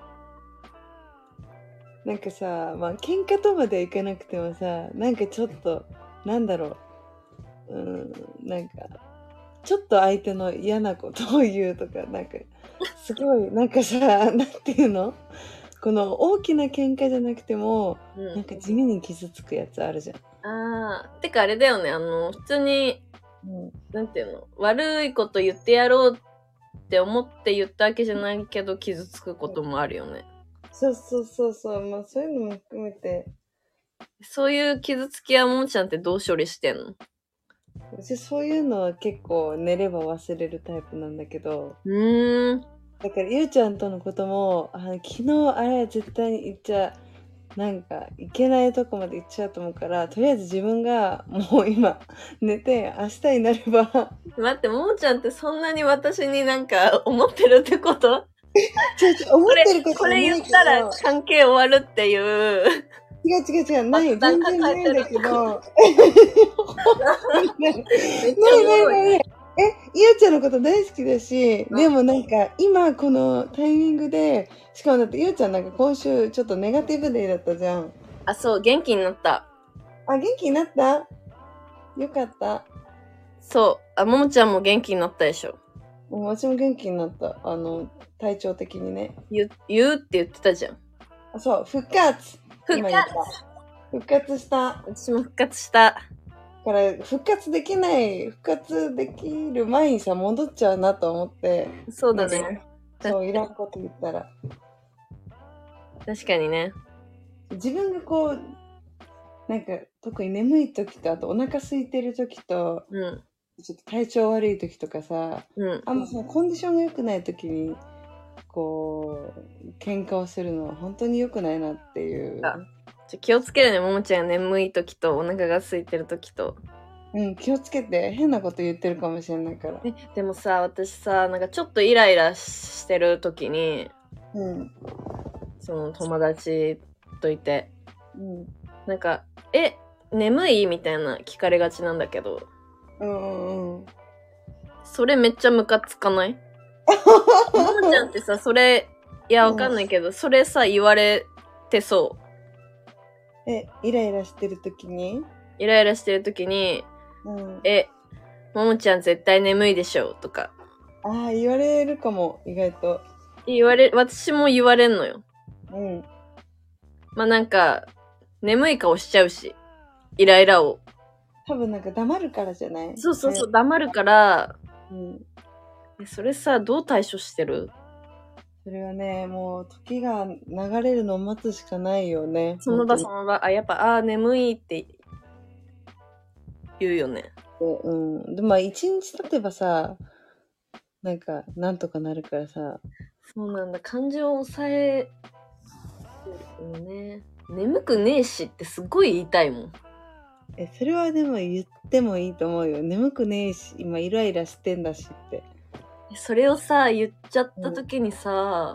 なんかさ、まあ喧嘩とまではいかなくてもさ、なんかちょっと、なんだろう、なんか、ちょっと相手の嫌なことを言うとか、なんか、すごい、なんかさ、なんていうの？この大きな喧嘩じゃなくても、なんか地味に傷つくやつあるじゃん。 てかあれだよね、普通に、なんていうの、悪いこと言ってやろうって思って言ったわけじゃないけど、傷つくこともあるよね。 そうそうそうそう、まあそういうのも含めて。 そういう傷つきはももちゃんってどう処理してんの？ 私そういうのは結構寝れば忘れるタイプなんだけど。だからゆうちゃんとのことも、昨日あれ絶対に言っちゃなんかいけないとこまで行っちゃうと思うから、とりあえず自分がもう今寝て明日になれば待って、ももちゃんってそんなに私になんか思ってるってこと？ 思ってることこれ言ったら関係終わるっていう。 違う、ない、全然ないんだけど。ゆうちゃんのこと大好きだし、でもなんか今このタイミングで、しかもだってゆうちゃんなんか今週ちょっとネガティブデーだったじゃん。 そう、元気になった。 元気になった？よかった。 そう、ももちゃんも元気になったでしょ。 私も元気になった。体調的にね。 言うって言ってたじゃん。 そう、復活した。 私も復活した。 だから復活できる前にさ、戻っちゃうなと思って。 そうだね。 そう、いらんこと言ったら。 確かにね。 自分がこう、なんか特に眠い時と、あとお腹空いてる時と、ちょっと体調悪い時とかさ、あんまそのコンディションが良くない時に、こう、喧嘩をするのは本当に良くないなっていう。 気をつけるね、ももちゃんが眠い時とお腹が空いてる時と。 気をつけて。変なこと言ってるかもしれないから。 でもさ、私さ、なんかちょっとイライラしてる時に、その友達といて、なんか、 眠いみたいな聞かれがちなんだけど。 うん。 それめっちゃムカつかない？ももちゃんってさ、それ、いや、わかんないけど、それさ、言われてそう。 イライラしてるときに？ イライラしてるときに、ももちゃん絶対眠いでしょとか。 ああ、言われるかも、意外と。 私も言われんのよ。 うん。 まあなんか、眠い顔しちゃうし、イライラを。 多分なんか黙るからじゃない？ そう、黙るから、それさ、どう対処してる？ それはね、もう時が流れるのを待つしかないよね。 その場。やっぱ、眠いって言うよね。 でも一日経てばさ、なんか、なんとかなるからさ。 そうなんだ。感情を抑えるよね。眠くねえしってすごい言いたいもん。 それはでも言ってもいいと思うよ。眠くねえし、今イライラしてんだしって。 それをさ、言っちゃった時にさ、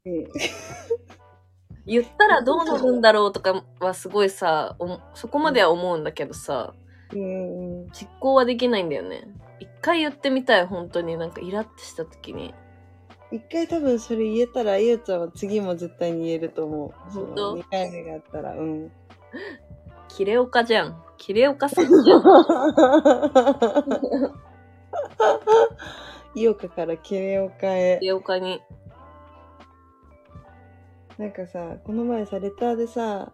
言ったらどうなるんだろうとかはすごいさ、そこまでは思うんだけどさ、実行はできないんだよね。一回言ってみたい、本当に。なんかイラってした時に。 一回多分それ言えたら、いよちゃんは次も絶対に言えると思う。 本当？ 2回目があったら、 キレオカじゃん。キレオカさんじゃん。 イオカからキレオカへ。 キレオカに。 なんかさ、この前さ、レターでさ、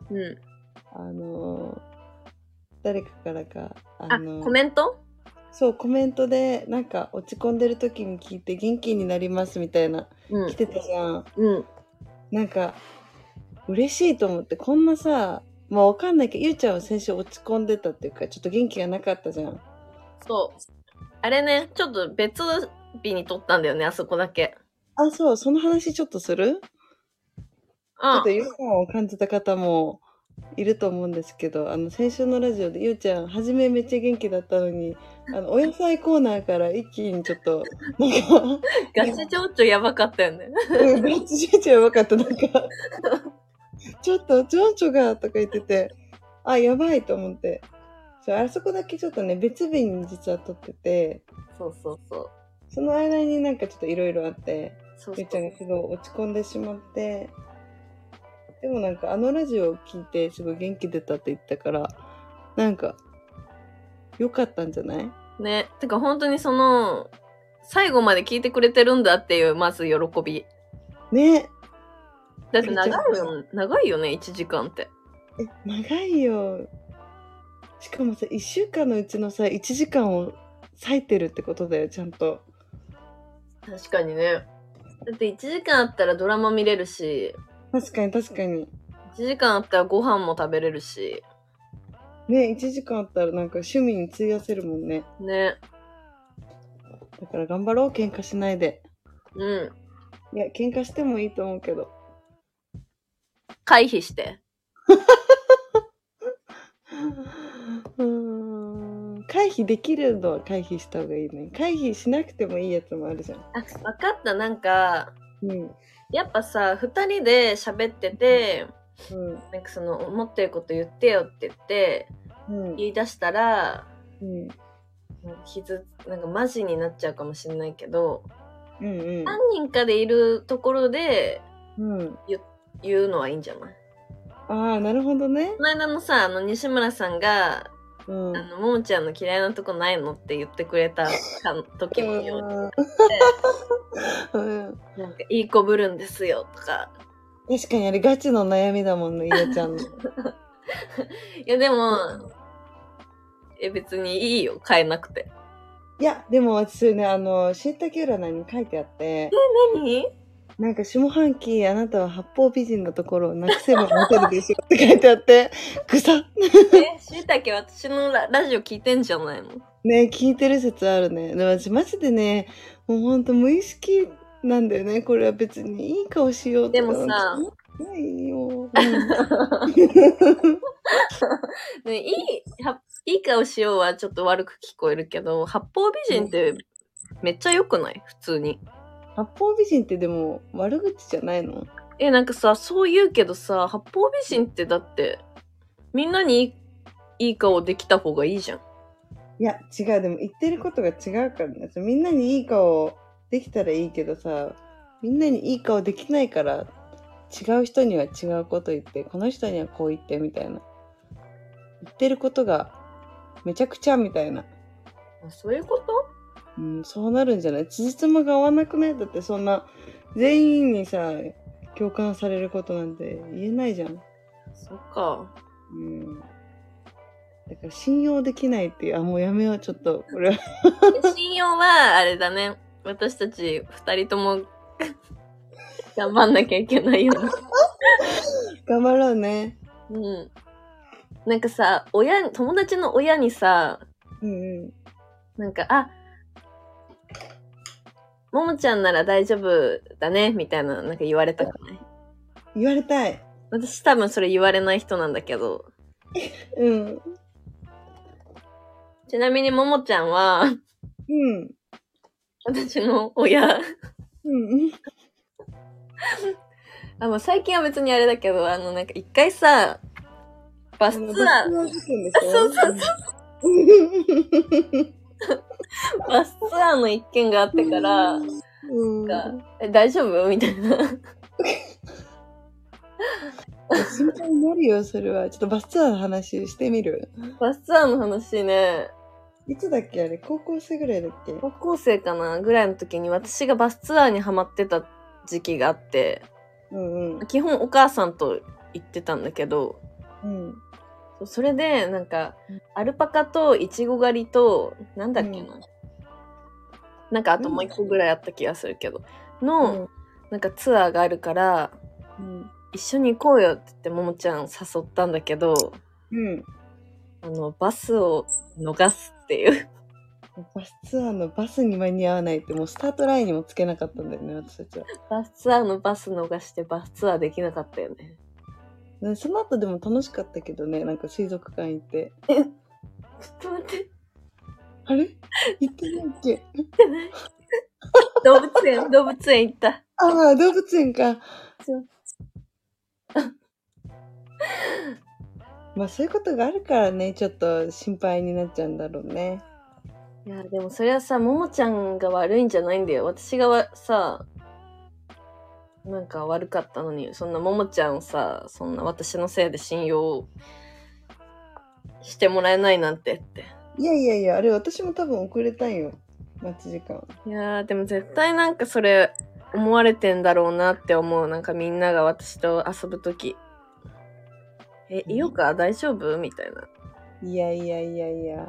誰かからか、 コメント？ そう、コメントで、なんか落ち込んでる時に聞いて元気になりますみたいな、来てたじゃん。なんか、嬉しいと思って、こんなさ、まあわかんないけど、ゆうちゃんは先週落ち込んでたっていうか、ちょっと元気がなかったじゃん。 そう。あれね、ちょっと別日に撮ったんだよね、あそこだけ。 あ、そう、その話ちょっとする？ちょっと違和感を感じた方もいると思うんですけど、先週のラジオでゆうちゃん、初めめっちゃ元気だったのに、お野菜コーナーから一気にちょっと、なんか、 ガチ情緒やばかったよね。 ガチ情緒やばかった、なんか、ちょっと情緒が、とか言ってて、あ、やばいと思って。あそこだけちょっとね、別日に実は撮ってて、 そう。 その間になんかちょっといろいろあって、ゆうちゃんがすごい落ち込んでしまって、でもなんかラジオを聞いてすごい元気出たって言ったから、なんか、良かったんじゃない？ ね。てか本当に最後まで聞いてくれてるんだっていう、まず喜び。 ね。 だって長いよね、1時間って。 長いよ。しかもさ、1週間のうちのさ、1時間を割いてるってことだよ、ちゃんと。 確かにね。だって1時間あったらドラマ見れるし。 確かに。 1時間あったらご飯も食べれるし。 ね、1時間あったらなんか趣味に費やせるもんね。 ね。 だから頑張ろう、喧嘩しないで。いや、喧嘩してもいいと思うけど。 回避して。 回避できるのは回避した方がいいね。回避しなくてもいいやつもあるじゃん。 あ、わかった。なんか、やっぱさ、2人で喋ってて、なんか思ってること言ってよって言って、言い出したら、なんかマジになっちゃうかもしれないけど、何人かでいるところで、言うのはいいんじゃない？ ああ、なるほどね。 この間のさ、西村さんが、ももちゃんの嫌いなとこないのって言ってくれた時もようになんかいい子ぶるんですよとか。 確かにあれガチの悩みだもんね、いやちゃんの。いやでも、別にいいよ、変えなくて。 いや、でも私ね、しいたけ占いに書いてあって。 何？ なんか下半期あなたは八方美人のところをなくせばモテるでしょって書いてあって、ぐさっ。 しいたけ私のラジオ聞いてんじゃないの？ ね、聞いてる説あるね。でも私マジでね、もうほんと無意識なんだよね。これは別にいい顔しようとか。 でもさ、 ないよ。 いい顔しようはちょっと悪く聞こえるけど、八方美人ってめっちゃ良くない？普通に。 八方美人ってでも悪口じゃないの？ なんかさ、そう言うけどさ、八方美人ってだってみんなにいい顔できた方がいいじゃん。 いや、違う。でも言ってることが違うからね。みんなにいい顔できたらいいけどさ、みんなにいい顔できないから、違う人には違うこと言って、この人にはこう言ってみたいな。言ってることがめちゃくちゃみたいな。 そういうこと？ うん、そうなるんじゃない？辻褄が合わなくない？だってそんな、全員にさ、共感されることなんて言えないじゃん。 そっか。 うん。だから信用できないっていう、もうやめよう、ちょっと、これは。 信用は、あれだね。私たち二人とも頑張んなきゃいけないよね。 頑張ろうね。 うん。なんかさ、友達の親にさ、なんか、ももちゃんなら大丈夫だね、みたいな、なんか言われたくない？ 言われたい。 私多分それ言われない人なんだけど。 うん。 ちなみにももちゃんは、私の親。もう最近は別にあれだけど、なんか一回さ、バスツアー。そうそうそう。バスツアーの一件があってから、大丈夫みたいな。 心配になるよ、それは。ちょっとバスツアーの話してみる？ バスツアーの話ね。 いつだっけあれ？高校生ぐらいだっけ？ 高校生かなぐらいの時に私がバスツアーにハマってた時期があって、基本お母さんと行ってたんだけど、それでなんか、アルパカとイチゴ狩りと、なんだっけな、なんかあともう一個ぐらいあった気がするけど、なんかツアーがあるから、一緒に行こうよって言ってももちゃん誘ったんだけど、バスを逃すっていう。 バスツアーのバスに間に合わないってもうスタートラインにもつけなかったんだよね、私たちは。 バスツアーのバス逃してバスツアーできなかったよね。 その後でも楽しかったけどね、なんか水族館行って。 ちょっと待って。 あれ行ってないっけ？ 行ってない。動物園行った。 動物園か。まあそういうことがあるからね、ちょっと心配になっちゃうんだろうね。 いや、でもそれはさ、ももちゃんが悪いんじゃないんだよ。私がさ、なんか悪かったのに、そんなももちゃんをさ、そんな私のせいで信用してもらえないなんてって。 いや、あれ私も多分遅れたんよ。待ち時間。 いやー、でも絶対なんかそれ思われてんだろうなって思う。なんかみんなが私と遊ぶとき。いよか大丈夫みたいな。 いや。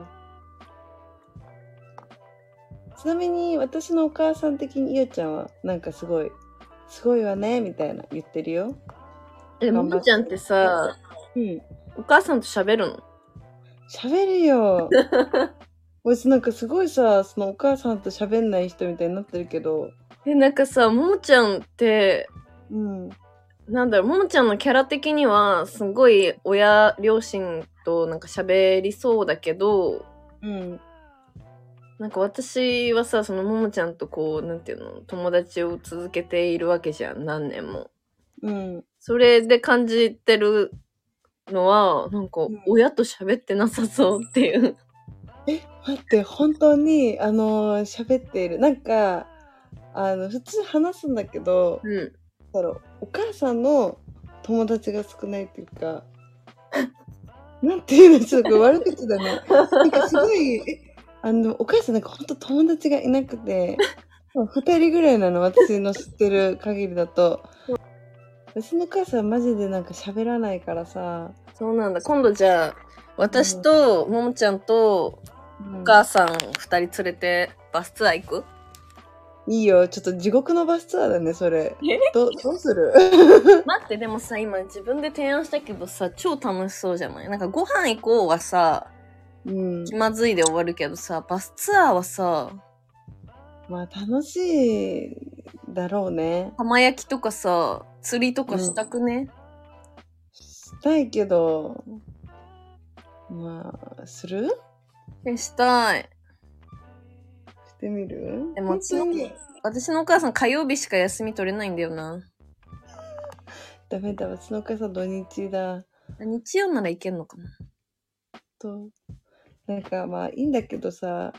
ちなみに私のお母さん的にいよちゃんはなんかすごいわねみたいな言ってるよ。 ももちゃんってさ、お母さんと喋るの？ 喋るよ。私なんかすごいさ、そのお母さんと喋んない人みたいになってるけど。 なんかさ、ももちゃんって、なんだろう、ももちゃんのキャラ的には、すごい両親となんか喋りそうだけど、なんか私はさ、そのももちゃんとこう、なんていうの、友達を続けているわけじゃん、何年も。それで感じてるのは、なんか、親と喋ってなさそうっていう。 待って、本当に、喋っている。なんか、普通話すんだけど、お母さんの友達が少ないっていうか、なんていうの、ちょっと悪口だね。なんかすごい、お母さんなんか本当友達がいなくて、2人ぐらいなの、私の知ってる限りだと。私のお母さんマジでなんか喋らないからさ。 そうなんだ。今度じゃあ、私とももちゃんとお母さん2人連れてバスツアー行く？ いいよ。ちょっと地獄のバスツアーだね、それ。どうする？ 待って、でもさ、今自分で提案したけどさ、超楽しそうじゃない？なんかご飯行こうはさ、気まずいで終わるけどさ、バスツアーはさ、 まあ楽しいだろうね。 浜焼きとかさ、釣りとかしたくね？ したいけど、まあ、する？ したい。 してみる？ でも私のお母さん火曜日しか休み取れないんだよな。 ダメだ、私のお母さん土日だ。 日曜ならいけんのかな？ 当。なんかまあいいんだけどさ、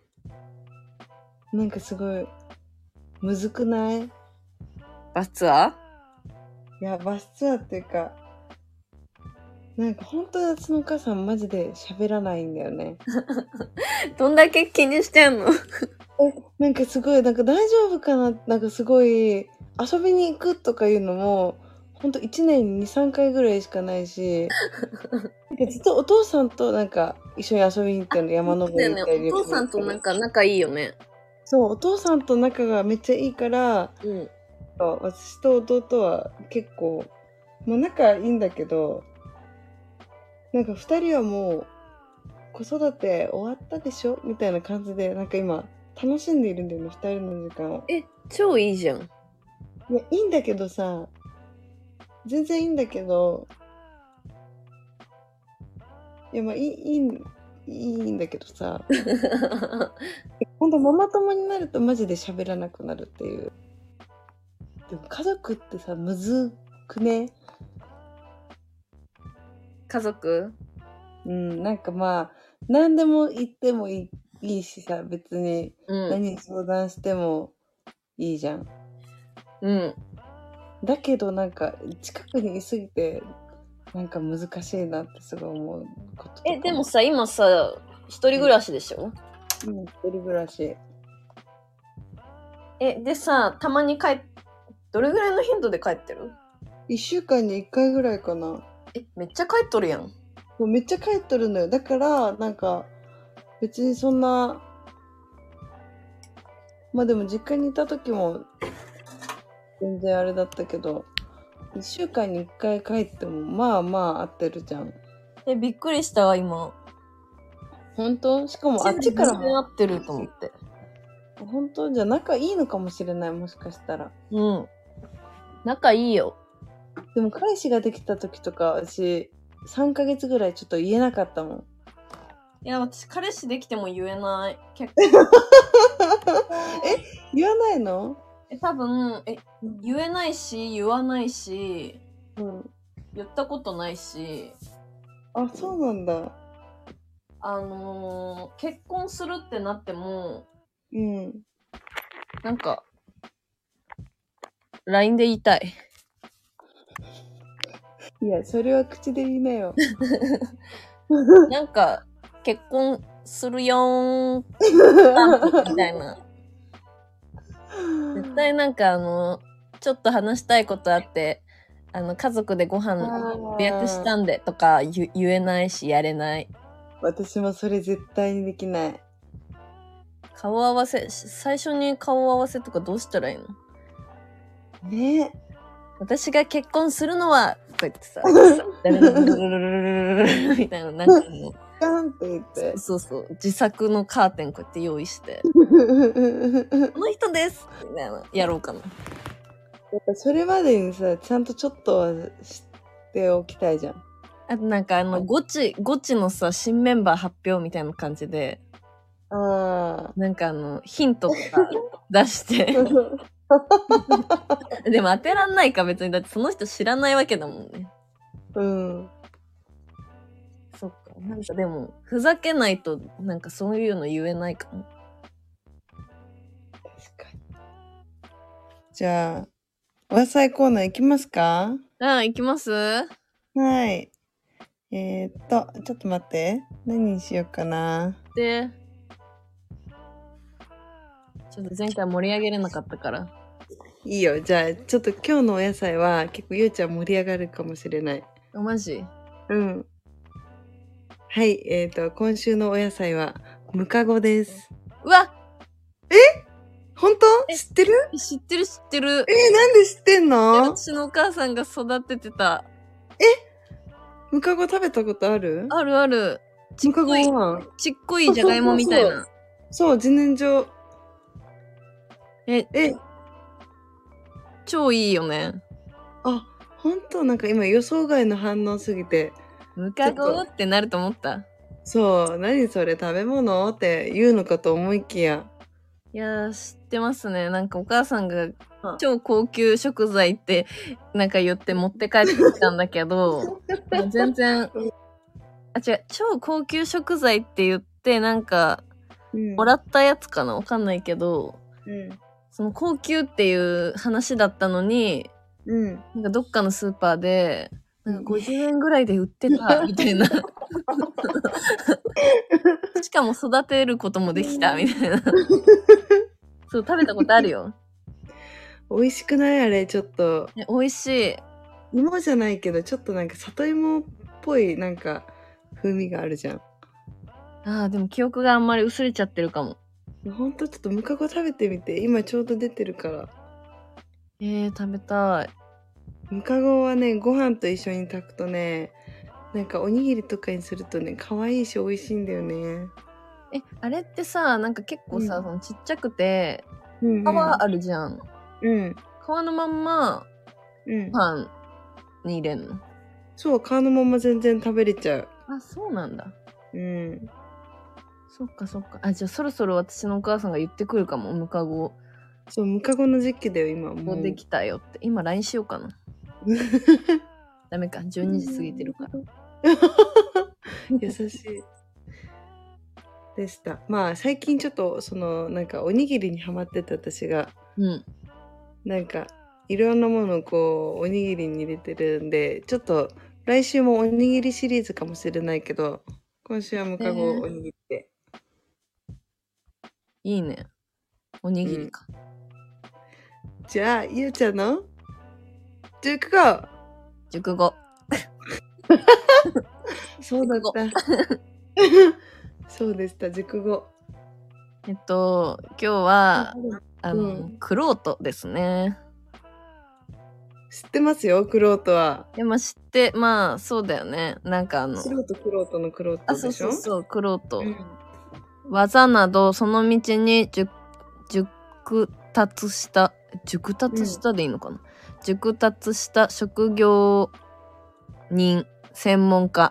なんかすごいむずくない？ バスツアー？いや、バスツアーっていうか、なんか本当にそのお母さんマジで喋らないんだよね。 どんだけ気にしてんの？ なんかすごい、なんか大丈夫かな、なんかすごい、遊びに行くとかいうのも、ほんと1年に2、3回ぐらいしかないし、なんか実はお父さんとなんか一緒に遊びに行ってるの、山登り行ったり。 お父さんとなんか仲いいよね。 そう、お父さんと仲がめっちゃいいから、私と弟は結構、まあ仲いいんだけど、なんか2人はもう、子育て終わったでしょみたいな感じで、なんか今、楽しんでいるんだよね、2人の時間を。 超いいじゃん。 いや、いいんだけどさ、全然いいんだけど、いや、まあ、いいんだけどさ、ほんとママ友になるとマジで喋らなくなるっていう。でも家族ってさ、むずくね？ 家族？ なんかまあ、何でも言ってもいいしさ、別に何に相談してもいいじゃん。だけどなんか近くにいすぎてなんか難しいなってすごい思うこととか。 でもさ、今さ、一人暮らしでしょ？ 一人暮らし。 でさ、たまにどれぐらいの頻度で帰ってる ？1週間に1回ぐらいかな。 めっちゃ帰っとるやん。 めっちゃ帰っとるのよ。だからなんか別にそんな、まあでも実家にいた時も全然あれだったけど、1週間に1回帰ってもまあまあ合ってるじゃん。 びっくりしたわ今。 本当？しかもあっちからも合ってると思って。 本当？じゃあ仲いいのかもしれない、もしかしたら。 仲いいよ。 でも彼氏ができた時とか私3ヶ月ぐらいちょっと言えなかったもん。 いや、私彼氏できても言えない。結構言わないの？ 多分言えないし言わないし、言ったことないし。 あ、そうなんだ。 結婚するってなっても、なんか LINE で言いたい。 いや、それは口で言いなよ。 なんか結婚するよーんみたいな。絶対なんかちょっと話したいことあって家族でご飯予約したんでとか言えないしやれない。 私もそれ絶対にできない。 顔合わせ、最初に顔合わせとかどうしたらいいの？ ね。 私が結婚するのはこうやってさみたいな、なんかもうガンって言って、 そう自作のカーテンこうやって用意してこの人ですみたいなやろうかな。 やっぱそれまでにさ、ちゃんとちょっとは知っておきたいじゃん。 あとなんかゴチのさ、新メンバー発表みたいな感じで、なんかヒントとか出してでも当てらんないか別に、だってその人知らないわけだもんね。そっか。なんかでもふざけないとなんかそういうの言えないかも。 確かに。じゃあお野菜コーナー行きますか？ 行きます？ はい。ちょっと待って。何にしようかな。 ちょっと前回盛り上げれなかったから。 いいよ。じゃあ、ちょっと今日のお野菜は結構ゆうちゃん盛り上がるかもしれない。 マジ？ はい。今週のお野菜はムカゴです。 うわ！ 本当？知ってる？ 知ってる。 なんで知ってんの？ 私のお母さんが育ててた。 ムカゴ食べたことある？ ある。 ムカゴはちっこいじゃがいもみたいな。 そう、自然薯。 超いいよね。 あ、ほんと？なんか今予想外の反応すぎて。 ムカゴってなると思った。 そう、何それ食べ物って言うのかと思いきや。 いやー、知ってますね。なんかお母さんが超高級食材ってなんか言って持って帰ってきたんだけど全然違う、超高級食材って言って、なんか、もらったやつかなわかんないけど、その高級っていう話だったのに、なんかどっかのスーパーで、なんか50円ぐらいで売ってた、みたいな。しかも育てることもできた、みたいな。そう、食べたことあるよ。 美味しくないあれ、ちょっと。 美味しい。 芋じゃないけど、ちょっとなんか里芋っぽいなんか風味があるじゃん。 ああ、でも記憶があんまり薄れちゃってるかも。 ほんとちょっとムカゴ食べてみて。今ちょうど出てるから。 食べたい。 ムカゴはね、ご飯と一緒に炊くとね、なんかおにぎりとかにするとね、可愛いし美味しいんだよね。 あれってさ、なんか結構さ、そのちっちゃくて、皮あるじゃん。皮のまんま、パンに入れんの？ そう、皮のまま全然食べれちゃう。 あ、そうなんだ。そっかそっか。あ、じゃあそろそろ私のお母さんが言ってくるかも、ムカゴ。 そう、ムカゴの時期だよ、今。 もうできたよって。今 LINE しようかな。ダメか、12時過ぎてるから。 優しい。でした。まあ、最近ちょっと、なんかおにぎりにハマってた私が、なんか、いろんなものをこう、おにぎりに入れてるんで、ちょっと、来週もおにぎりシリーズかもしれないけど、今週はムカゴをおにぎって。 いいね。おにぎりか。 じゃあ、ゆうちゃんの熟語。 熟語。 そうだった。そうでした、熟語。 今日は、クロートですね。 知ってますよ、クロートは。 でも知って、まあ、そうだよね。なんか白とクロートのクロートでしょ？ そう、クロート。技など、その道に熟達したでいいのかな？熟達した職業人、専門家。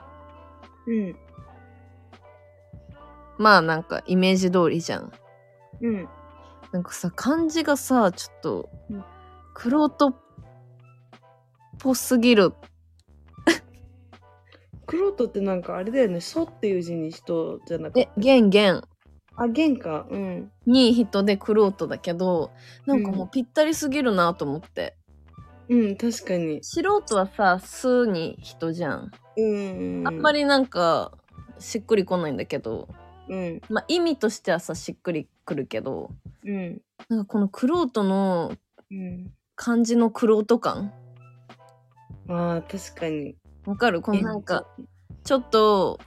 まあなんかイメージ通りじゃん。なんかさ、漢字がさ、ちょっと、クロートっぽすぎる。 クロートってなんかあれだよね、ソっていう字に人じゃなくて。 元。 あ、元か。 に人でクロートだけど、なんかもうぴったりすぎるなと思って。 確かに。 素人はさ、すに人じゃん。あんまりなんか、しっくりこないんだけど、まあ意味としてはさ、しっくりくるけど、なんかこのクロートの漢字のクロート感。 ああ、確かに。 わかる？このなんか、ちょっと、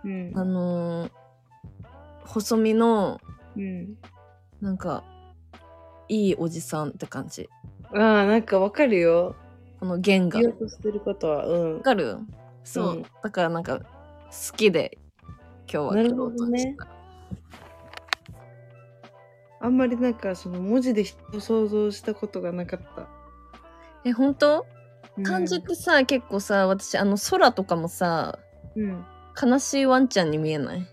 細身の、なんか、いいおじさんって感じ。 ああ、なんかわかるよ。 この弦が。 言おうとしてることは、 わかる？そう。だからなんか、好きで、今日はクロートにした。 あんまりなんか、文字で人を想像したことがなかった。 本当？漢字ってさ、結構さ、私、空とかもさ、悲しいワンちゃんに見えない？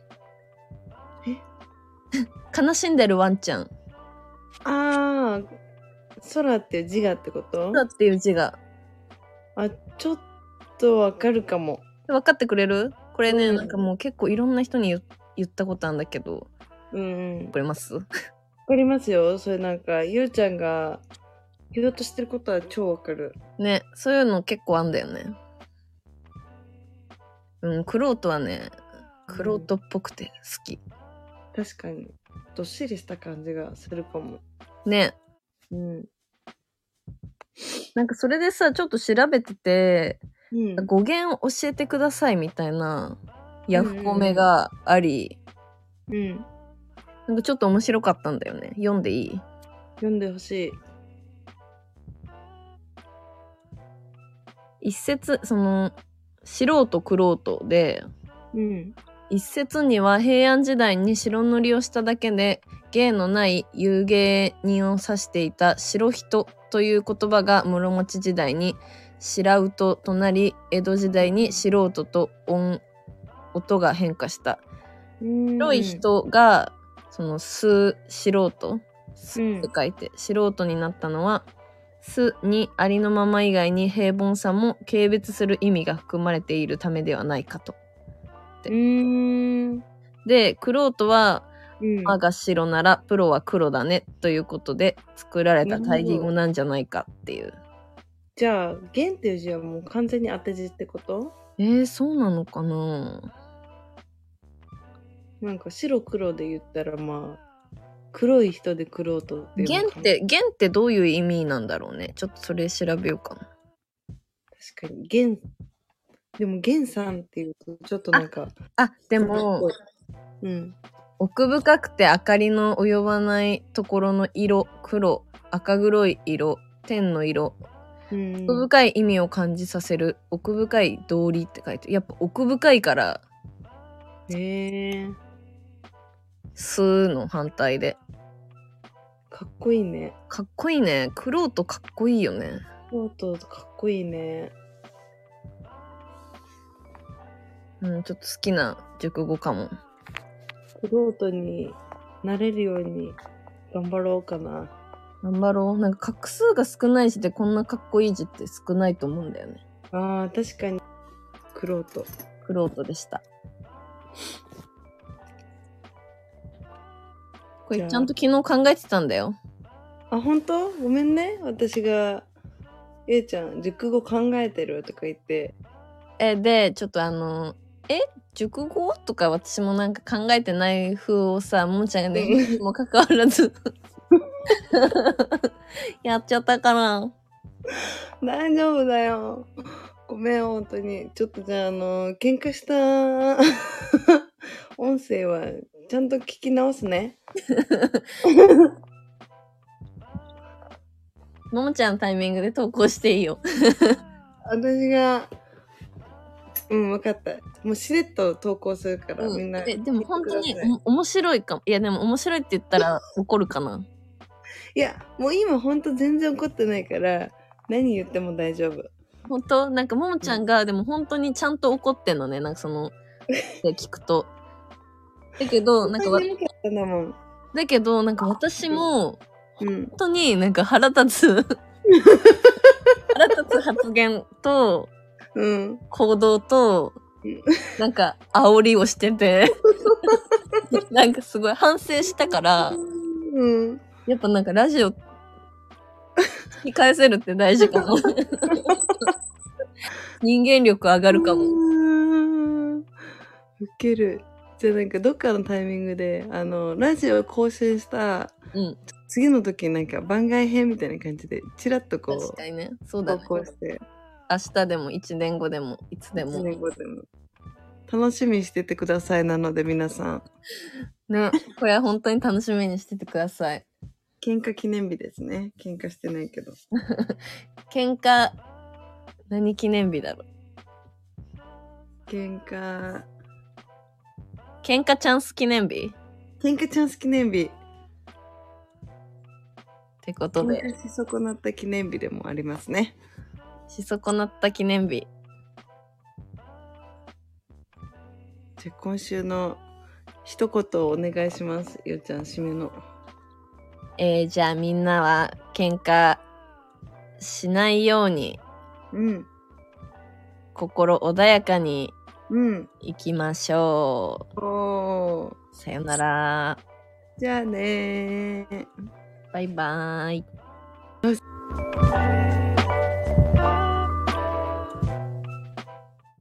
悲しんでるワンちゃん。 ああ、空っていう字がってこと？ 空っていう字が。 あ、ちょっとわかるかも。 分かってくれる？これね、なんかもう結構いろんな人に言ったことあるんだけど。わかります？わかりますよ。それなんか、ゆうちゃんが言おうとしてることは超わかる。 ね、そういうの結構あんだよね。クロートはね、クロートっぽくて好き。 確かに。どっしりした感じがするかも。 ね。なんかそれでさ、ちょっと調べてて、語源教えてくださいみたいなヤフコメがあり、なんかちょっと面白かったんだよね。読んでいい？ 読んでほしい。 一説、素人クロートで、一説には平安時代に白塗りをしただけで芸のない有芸人を指していた白人という言葉が室町時代に白人となり、江戸時代に素人と音が変化した。白い人が素人って書いて、素人になったのは素にありのまま以外に平凡さも軽蔑する意味が含まれているためではないかと。っ 。で、玄人は、馬が白ならプロは黒だねということで作られた対義語なんじゃないかっていう。 じゃあ、玄っていう字はもう完全に当て字ってこと？ そうなのかな？ なんか白黒で言ったらまあ、黒い人で玄人っていうのかな。 玄ってどういう意味なんだろうね。ちょっとそれ調べようかな。 確かに、でも玄さんっていうとちょっとなんか。 でも、奥深くて明かりの及ばないところの色、黒、赤黒い色、天の色、奥深い意味を感じさせる、奥深い道理って書いて、やっぱ奥深いから、すの反対で。 かっこいいね。 かっこいいね。玄人かっこいいよね。 玄人かっこいいね。 ちょっと好きな熟語かも。 玄人になれるように頑張ろうかな。 頑張ろう。なんか画数が少ない字でこんなかっこいい字って少ないと思うんだよね。 ああ、確かに。玄人でした。これちゃんと昨日考えてたんだよ。 本当？ごめんね。私が、ゆうちゃん、熟語考えてるとか言って。 で、ちょっと熟語とか私もなんか考えてない風をさ、ももちゃんがね、もかかわらずやっちゃったかな。 大丈夫だよ。ごめん、本当に。ちょっとじゃあ、喧嘩した音声はちゃんと聞き直すね。 ももちゃんのタイミングで投稿していいよ。 私が、分かった。もうしれっと投稿するから、みんな。 でも本当に面白いかも。いや、でも面白いって言ったら怒るかな。 いや、もう今本当全然怒ってないから、何言っても大丈夫。 本当なんかももちゃんが、でも本当にちゃんと怒ってんのね。なんか聞くと。だけど、なんか私も、本当になんか腹立つ発言と、行動と、なんか煽りをしててなんかすごい反省したから、やっぱなんかラジオ聞き返せるって大事かも人間力上がるかも。 ウケる。じゃあなんかどっかのタイミングでラジオ更新した、次の時なんか番外編みたいな感じでチラッとこう確かにね。そうだね。 投稿して明日でも1年後でもいつでも。 1年後でも楽しみにしててください。なので皆さんね、これは本当に楽しみにしててください。 喧嘩記念日ですね。喧嘩してないけど喧嘩何記念日だろう。 喧嘩チャンス記念日。 喧嘩チャンス記念日ってことで、 喧嘩し損なった記念日でもありますね。 し損なった記念日。 じゃあ今週の一言お願いします。ようちゃん締めの。 じゃあみんなは喧嘩しないように、心穏やかに行きましょう。さよなら。 じゃあねー。 バイバーイ。